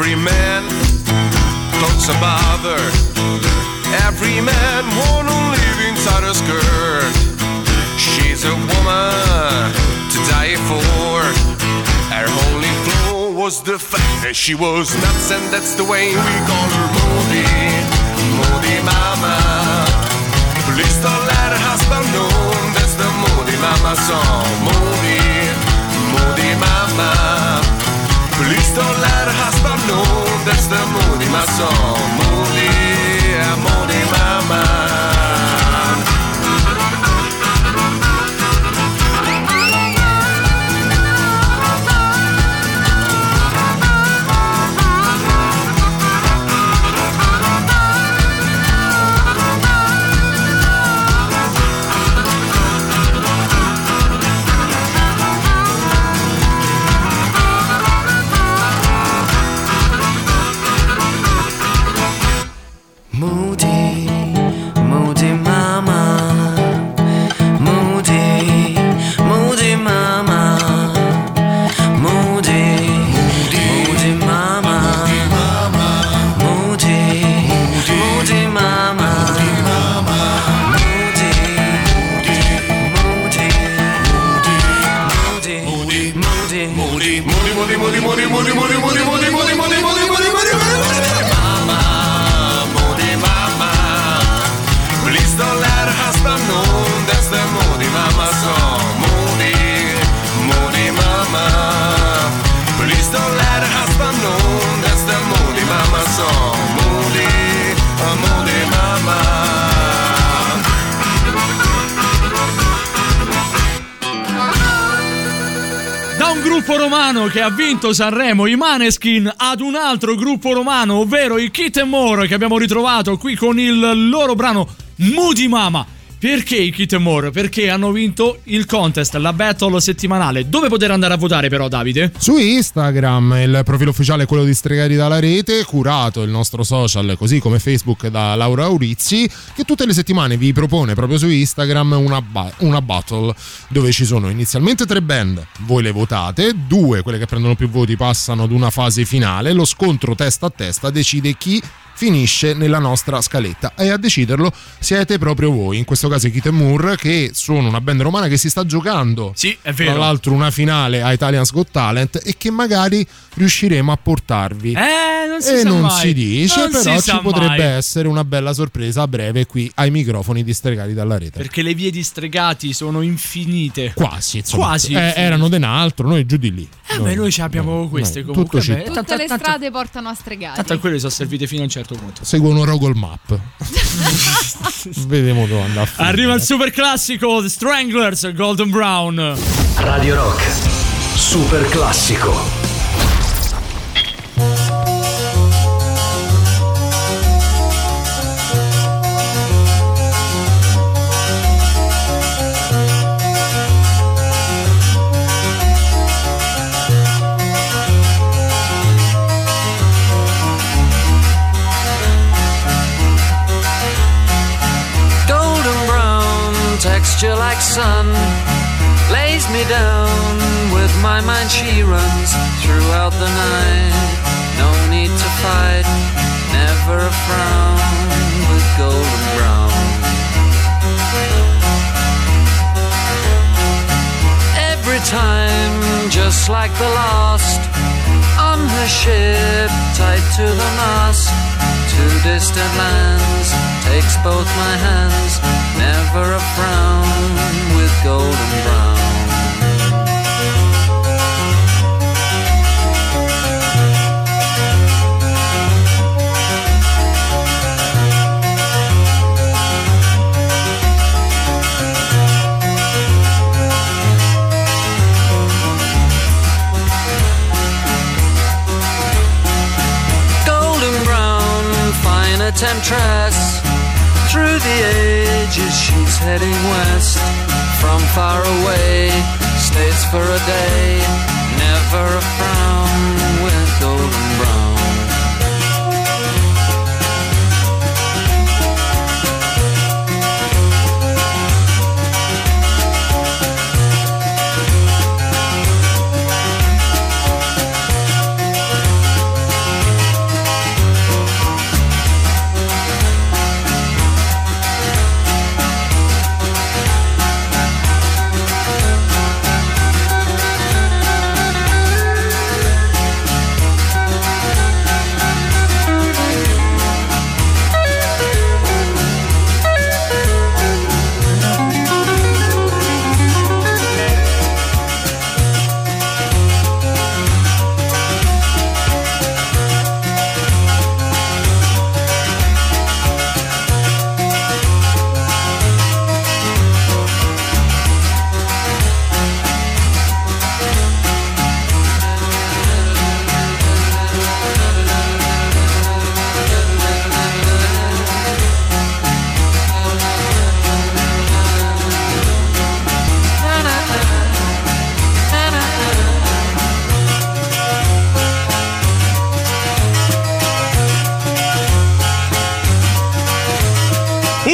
Every man talks about her. Every man wanna live inside her skirt. She's a woman to die for. Her only flaw was the fact that she was nuts, and that's the way we call her Moody, Moody Mama. Please don't let her husband know that's the Moody Mama song. Moody, Moody Mama. Please don't let her husband know that's the Moody Mama song. Moody, Moody Mama. Romano che ha vinto Sanremo, i Maneskin, ad un altro gruppo romano, ovvero i Kit & More, che abbiamo ritrovato qui con il loro brano Moody Mama. Perché i Kit & More? Perché hanno vinto il contest, la battle settimanale. Dove poter andare a votare però, Davide? Su Instagram, il profilo ufficiale è quello di Stregati dalla Rete, curato il nostro social, così come Facebook, da Laura Aurizzi, che tutte le settimane vi propone proprio su Instagram una battle dove ci sono inizialmente 3 band, voi le votate, 2, quelle che prendono più voti, passano ad una fase finale, lo scontro testa a testa decide chi finisce nella nostra scaletta, e a deciderlo siete proprio voi, in questo caso i Kit & More, che sono una band romana che si sta giocando, sì, è vero, tra l'altro una finale a Italia's Got Talent, e che magari riusciremo a portarvi, non si dice, però ci potrebbe essere una bella sorpresa a breve qui ai microfoni di Stregati dalla Rete, perché le vie di Stregati sono infinite, quasi, insomma, quasi erano de un altro, noi giù di lì, noi ci abbiamo queste comunque, tutte le strade portano a Stregati, tanto a quelle sono servite fino a un certo punto. Seguono Google Map. Vediamo dove andare. Arriva il super classico The Stranglers, Golden Brown. Radio Rock super classico. Texture like sun lays me down. With my mind she runs throughout the night. No need to fight, never a frown with golden brown. Every time, just like the last, on her ship tied to the mast. To distant lands, takes both my hands, never a frown with golden brown. Temptress, through the ages she's heading west. From far away, stays for a day, never a frown with golden brown.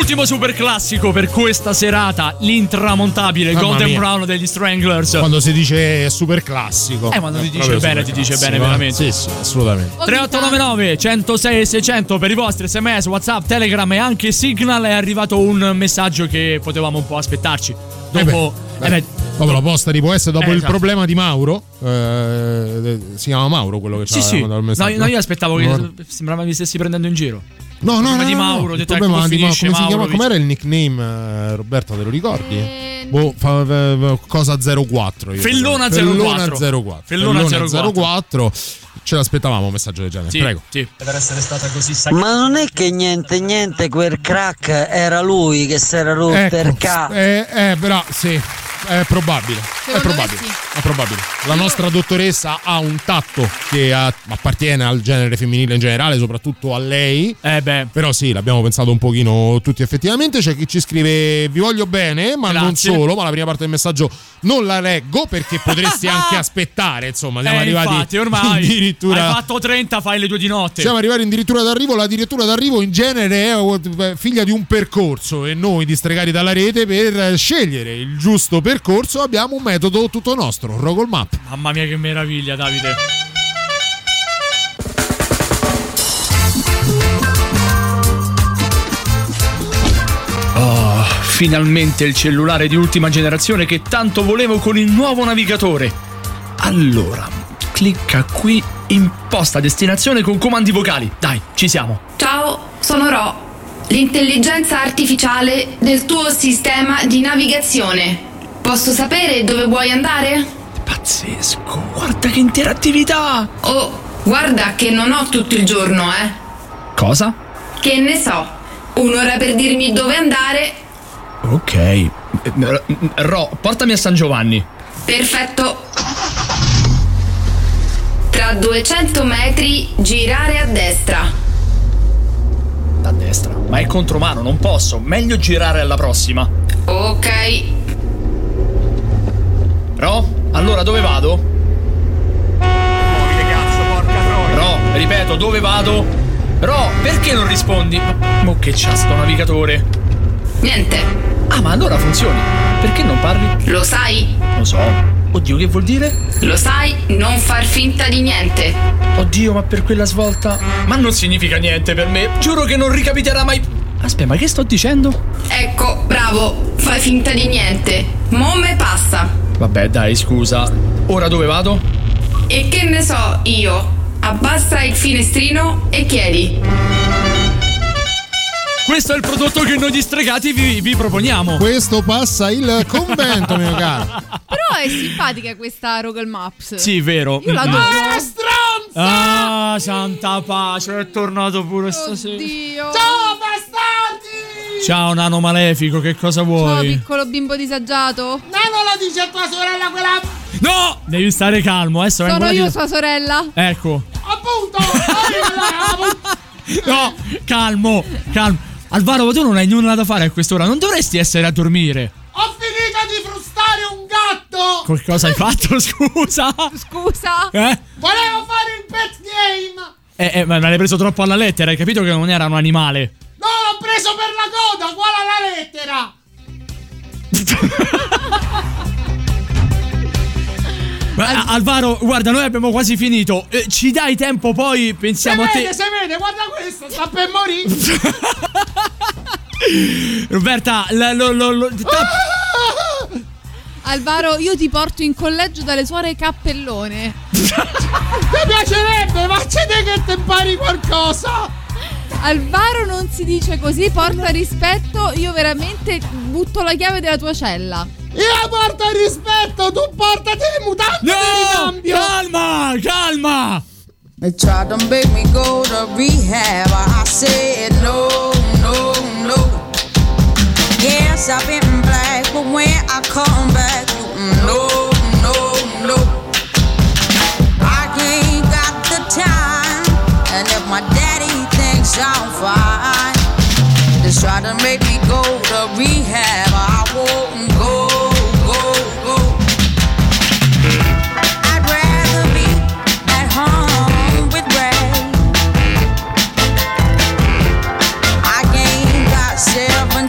Ultimo super classico per questa serata, l'intramontabile Golden Brown degli Stranglers. Quando si dice super classico. Quando ti dice bene, ti dice bene veramente. Sì, assolutamente. 3899 106 600 per i vostri SMS, WhatsApp, Telegram e anche Signal. È arrivato un messaggio che potevamo un po' aspettarci. Dopo dopo la posta di può essere dopo il esatto. problema di Mauro. Si chiama Mauro quello che ci ha mandato il messaggio. No, io aspettavo che sembrava mi stessi prendendo in giro. No, di Mauro, il problema di Mauro, come si chiama? Com'era il nickname, Roberta, te lo ricordi? Cosa 04. Fellona 04. Fellona 04. Ce l'aspettavamo un messaggio del genere, prego. Sì. Per essere stata così Ma non è che niente, quel crack era lui che si era rotto il cazzo. Però sì, è probabile. È probabile. La nostra dottoressa ha un tatto che appartiene al genere femminile in generale, soprattutto a lei. Però sì, l'abbiamo pensato un pochino tutti effettivamente. C'è chi ci scrive vi voglio bene, ma non solo, ma la prima parte del messaggio non la leggo perché potresti anche aspettare, insomma, siamo arrivati infatti, ormai addirittura hai fatto 30, fai le 2 di notte. Siamo arrivati addirittura d'arrivo. La direttura d'arrivo in genere è figlia di un percorso e noi distregati dalla rete per scegliere il giusto percorso abbiamo un metodo tutto nostro, Google Map. Mamma mia che meraviglia, Davide. Oh, finalmente il cellulare di ultima generazione che tanto volevo con il nuovo navigatore. Allora, clicca qui, imposta destinazione con comandi vocali. Dai, ci siamo. Ciao, sono Ro, l'intelligenza artificiale del tuo sistema di navigazione. Posso sapere dove vuoi andare? Pazzesco, guarda che interattività! Oh, guarda che non ho tutto il giorno, Cosa? Che ne so, un'ora per dirmi dove andare. Ok. Ro, portami a San Giovanni. Perfetto. Tra 200 metri girare a destra. A destra? Ma è contromano, non posso. Meglio girare alla prossima. Ok. Ro, allora dove vado? Muovile cazzo, porca troia. Ro, ripeto, dove vado? Ro, perché non rispondi? Mo che c'ha sto navigatore? Niente. Ah, ma allora funzioni. Perché non parli? Lo sai? Lo so. Oddio, che vuol dire? Lo sai, non far finta di niente. Oddio, ma per quella svolta? Ma non significa niente per me. Giuro che non ricapiterà mai. Aspetta, ma che sto dicendo? Ecco, bravo, fai finta di niente. Mo me passa. Vabbè, dai, scusa. Ora dove vado? E che ne so io? Abbassa il finestrino e chiedi. Questo è il prodotto che noi distregati vi proponiamo. Questo passa il convento, mio caro. Però è simpatica questa Google Maps. Sì, vero. Io l'adoro. Stronza! Ah, santa pace, è tornato pure stasera. Oddio. Ciao, bastardi! Ciao, nano malefico, che cosa vuoi? Ciao, piccolo bimbo disagiato. Nano lo dice a tua sorella quella... No! Devi stare calmo, adesso sono io sua sorella. Ecco. Appunto! No, calmo. Alvaro, ma tu non hai nulla da fare a quest'ora, non dovresti essere a dormire. Ho finito di frustare un gatto! Che cosa hai fatto, scusa? Scusa? Volevo fare il pet game! Ma l'hai preso troppo alla lettera, hai capito che non era un animale? No, l'ho preso per la coda, qual è la lettera? Alvaro, guarda, noi abbiamo quasi finito. Ci dai tempo, poi pensiamo a te. Se vede, guarda questo, sta per morire. Roberta, Alvaro, io ti porto in collegio dalle suore Cappellone. Ti piacerebbe, ma c'è te che ti impari qualcosa. Alvaro, non si dice così, porta rispetto. Io veramente butto la chiave della tua cella. Io porto il rispetto, tu portati le mutande di ricambio. Calma. They tried to make me go to rehab. I said no. Yes, I've been black, but when I come back, no. I ain't got the time, and if my daddy thinks I'm fine, just try to make me go to rehab. I won't go. I'd rather be at home with Ray. I ain't got 7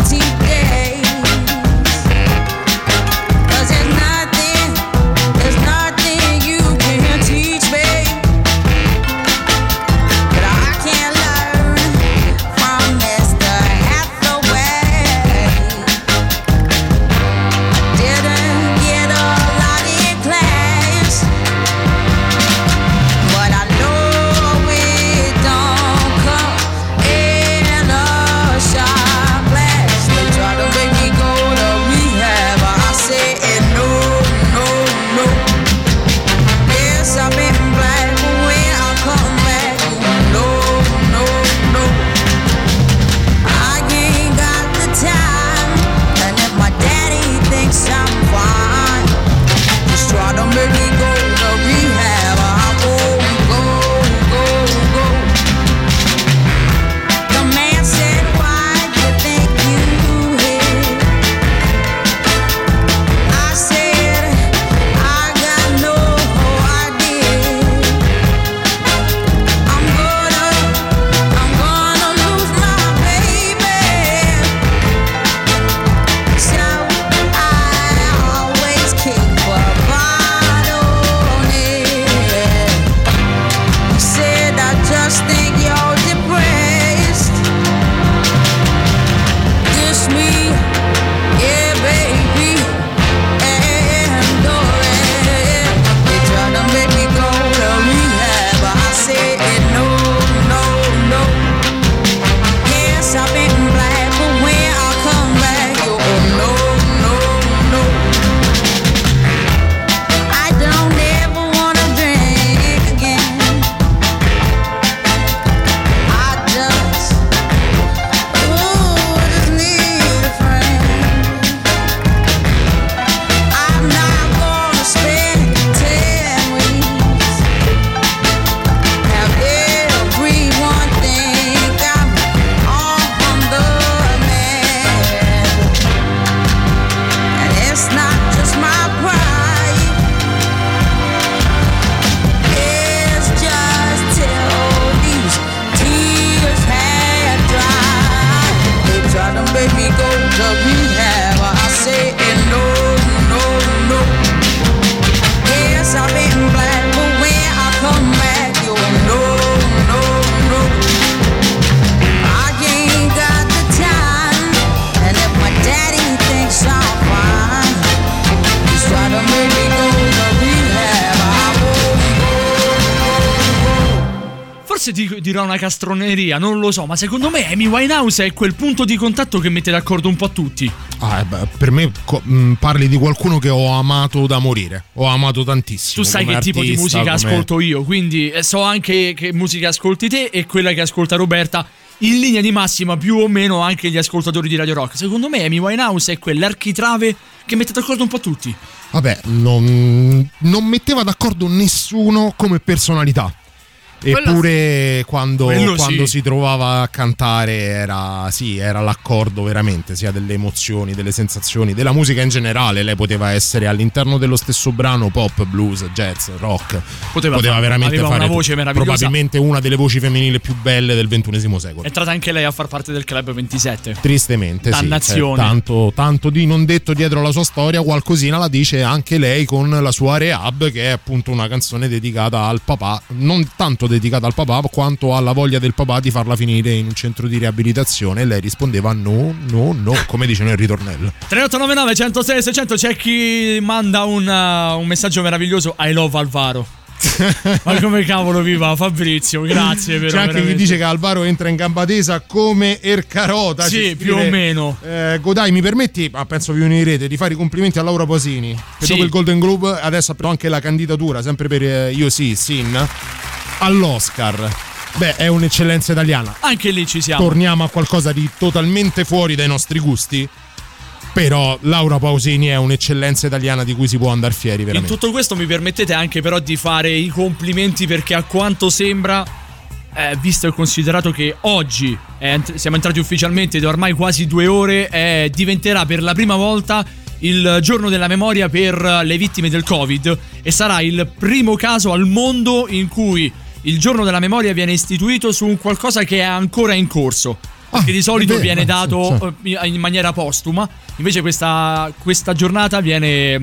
forse dirò una castroneria, non lo so, ma secondo me Amy Winehouse è quel punto di contatto che mette d'accordo un po' tutti. Per me parli di qualcuno che ho amato da morire, ho amato tantissimo. Tu sai che artista, tipo di musica ascolto io, quindi so anche che musica ascolti te e quella che ascolta Roberta. In linea di massima più o meno anche gli ascoltatori di Radio Rock. Secondo me Amy Winehouse è quell'architrave che mette d'accordo un po' tutti. Vabbè, non metteva d'accordo nessuno come personalità. Eppure quando si trovava a cantare era l'accordo veramente, sia delle emozioni, delle sensazioni, della musica in generale. Lei poteva essere all'interno dello stesso brano pop, blues, jazz, rock. Poteva veramente aveva fare una voce meravigliosa. Probabilmente una delle voci femminili più belle del XXI secolo. È entrata anche lei a far parte del Club 27. Tristemente, dannazione. Sì. Tanto di non detto dietro la sua storia, qualcosina la dice anche lei con la sua Rehab, che è appunto una canzone dedicata al papà, non tanto dedicata al papà quanto alla voglia del papà di farla finire in un centro di riabilitazione, e lei rispondeva no, come dice nel ritornello. 3899 106 600. C'è chi manda un messaggio meraviglioso: I love Alvaro. Ma come cavolo viva Fabrizio, grazie. C'è anche chi dice che Alvaro entra in gamba tesa come Ercarota. Sì, più o meno. Godai, mi permetti, ma penso vi unirete, di fare i complimenti a Laura Pasini, che dopo il Golden Globe adesso ha preso anche la candidatura, sempre per Sin, all'Oscar. Beh, è un'eccellenza italiana. Anche lì ci siamo. Torniamo a qualcosa di totalmente fuori dai nostri gusti, però Laura Pausini è un'eccellenza italiana di cui si può andare fieri veramente. In tutto questo mi permettete anche però di fare i complimenti, perché a quanto sembra, visto e considerato che oggi siamo entrati ufficialmente da ormai quasi 2 ore, diventerà per la prima volta il giorno della memoria per le vittime del Covid, e sarà il primo caso al mondo in cui il giorno della memoria viene istituito su un qualcosa che è ancora in corso, che di solito viene dato in maniera postuma. Invece questa giornata viene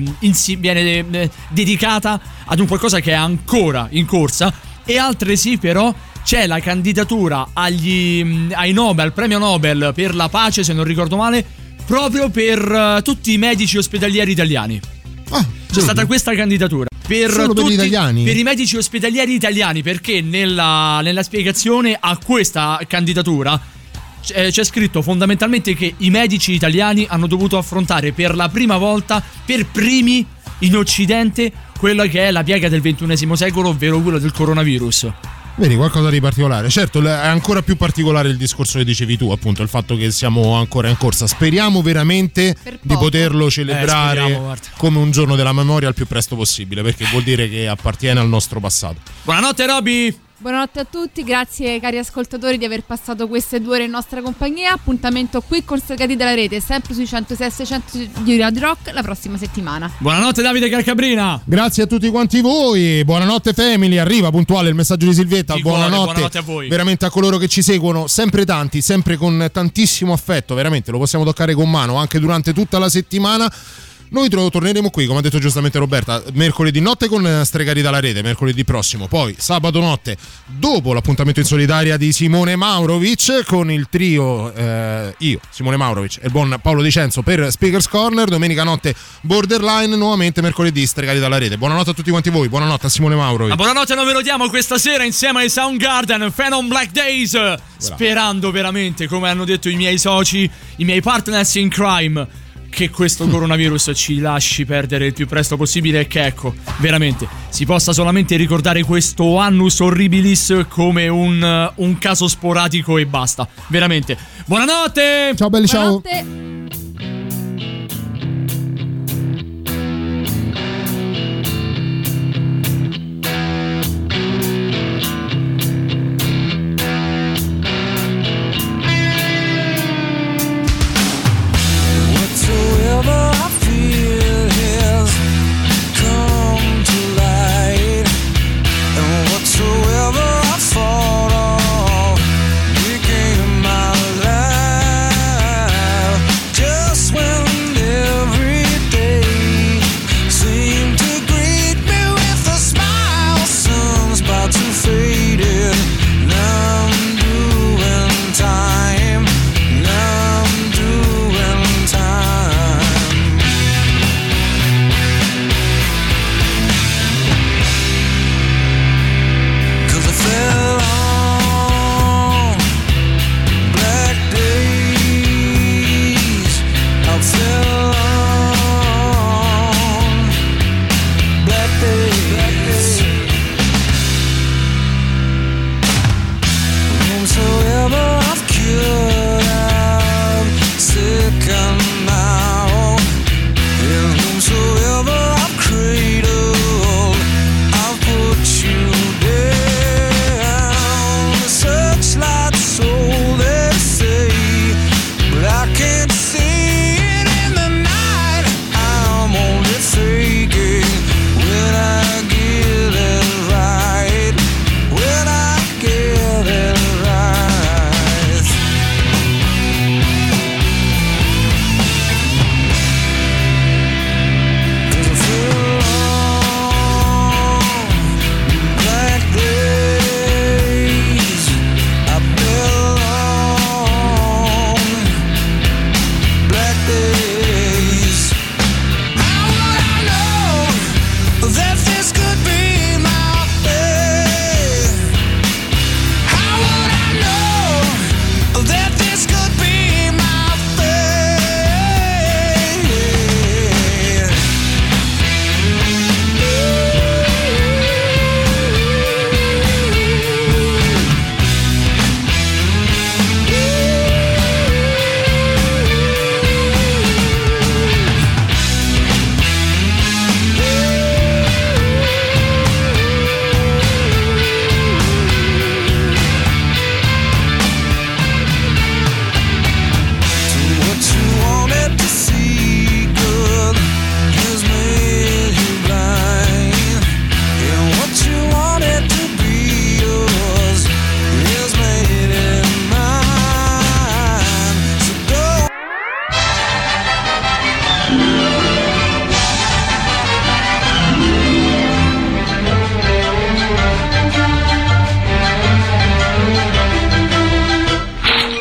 dedicata ad un qualcosa che è ancora in corsa, e altresì però c'è la candidatura ai Nobel, al premio Nobel per la pace, se non ricordo male, proprio per tutti i medici ospedalieri italiani. C'è stata questa candidatura per gli italiani? Per i medici ospedalieri italiani, perché nella spiegazione a questa candidatura c'è scritto fondamentalmente che i medici italiani hanno dovuto affrontare per la prima volta, per primi in Occidente, quella che è la piaga del XXI secolo, ovvero quello del coronavirus. Vedi, qualcosa di particolare. Certo, è ancora più particolare il discorso che dicevi tu, appunto, il fatto che siamo ancora in corsa. Speriamo veramente di poterlo celebrare come un giorno della memoria al più presto possibile, perché vuol dire che appartiene al nostro passato. Buonanotte Roby! Buonanotte a tutti, grazie cari ascoltatori di aver passato queste 2 ore in nostra compagnia. Appuntamento qui con Stregati della Rete, sempre sui 106 600 di Radio Rock la prossima settimana. Buonanotte Davide Calcabrina. Grazie a tutti quanti voi, buonanotte family. Arriva puntuale il messaggio di Silvietta. Buonanotte a voi, veramente a coloro che ci seguono, sempre tanti, sempre con tantissimo affetto, veramente lo possiamo toccare con mano anche durante tutta la settimana. Noi torneremo qui, come ha detto giustamente Roberta, mercoledì notte con Stregati dalla Rete, mercoledì prossimo. Poi sabato notte, dopo l'appuntamento in solitaria di Simone Maurovic, con il trio io, Simone Maurovic e il buon Paolo Di Cenzo per Speakers Corner. Domenica notte Borderline, nuovamente mercoledì Stregati dalla Rete. Buonanotte a tutti quanti voi, buonanotte a Simone Maurovic. Ma buonanotte non ve lo diamo questa sera insieme ai Soundgarden, Phenom Black Days, sperando veramente, come hanno detto i miei soci, i miei partners in crime, che questo coronavirus ci lasci perdere il più presto possibile, e che, ecco, veramente si possa solamente ricordare questo annus horribilis come un caso sporadico e basta. Veramente. Buonanotte! Ciao belli, buonanotte. Ciao!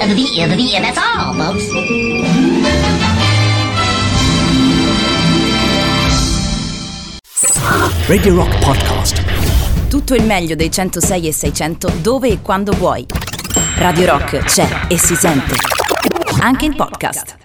and that's all, folks. Radio Rock Podcast. Tutto il meglio dei 106 e 600 dove e quando vuoi. Radio Rock c'è e si sente. Anche in podcast.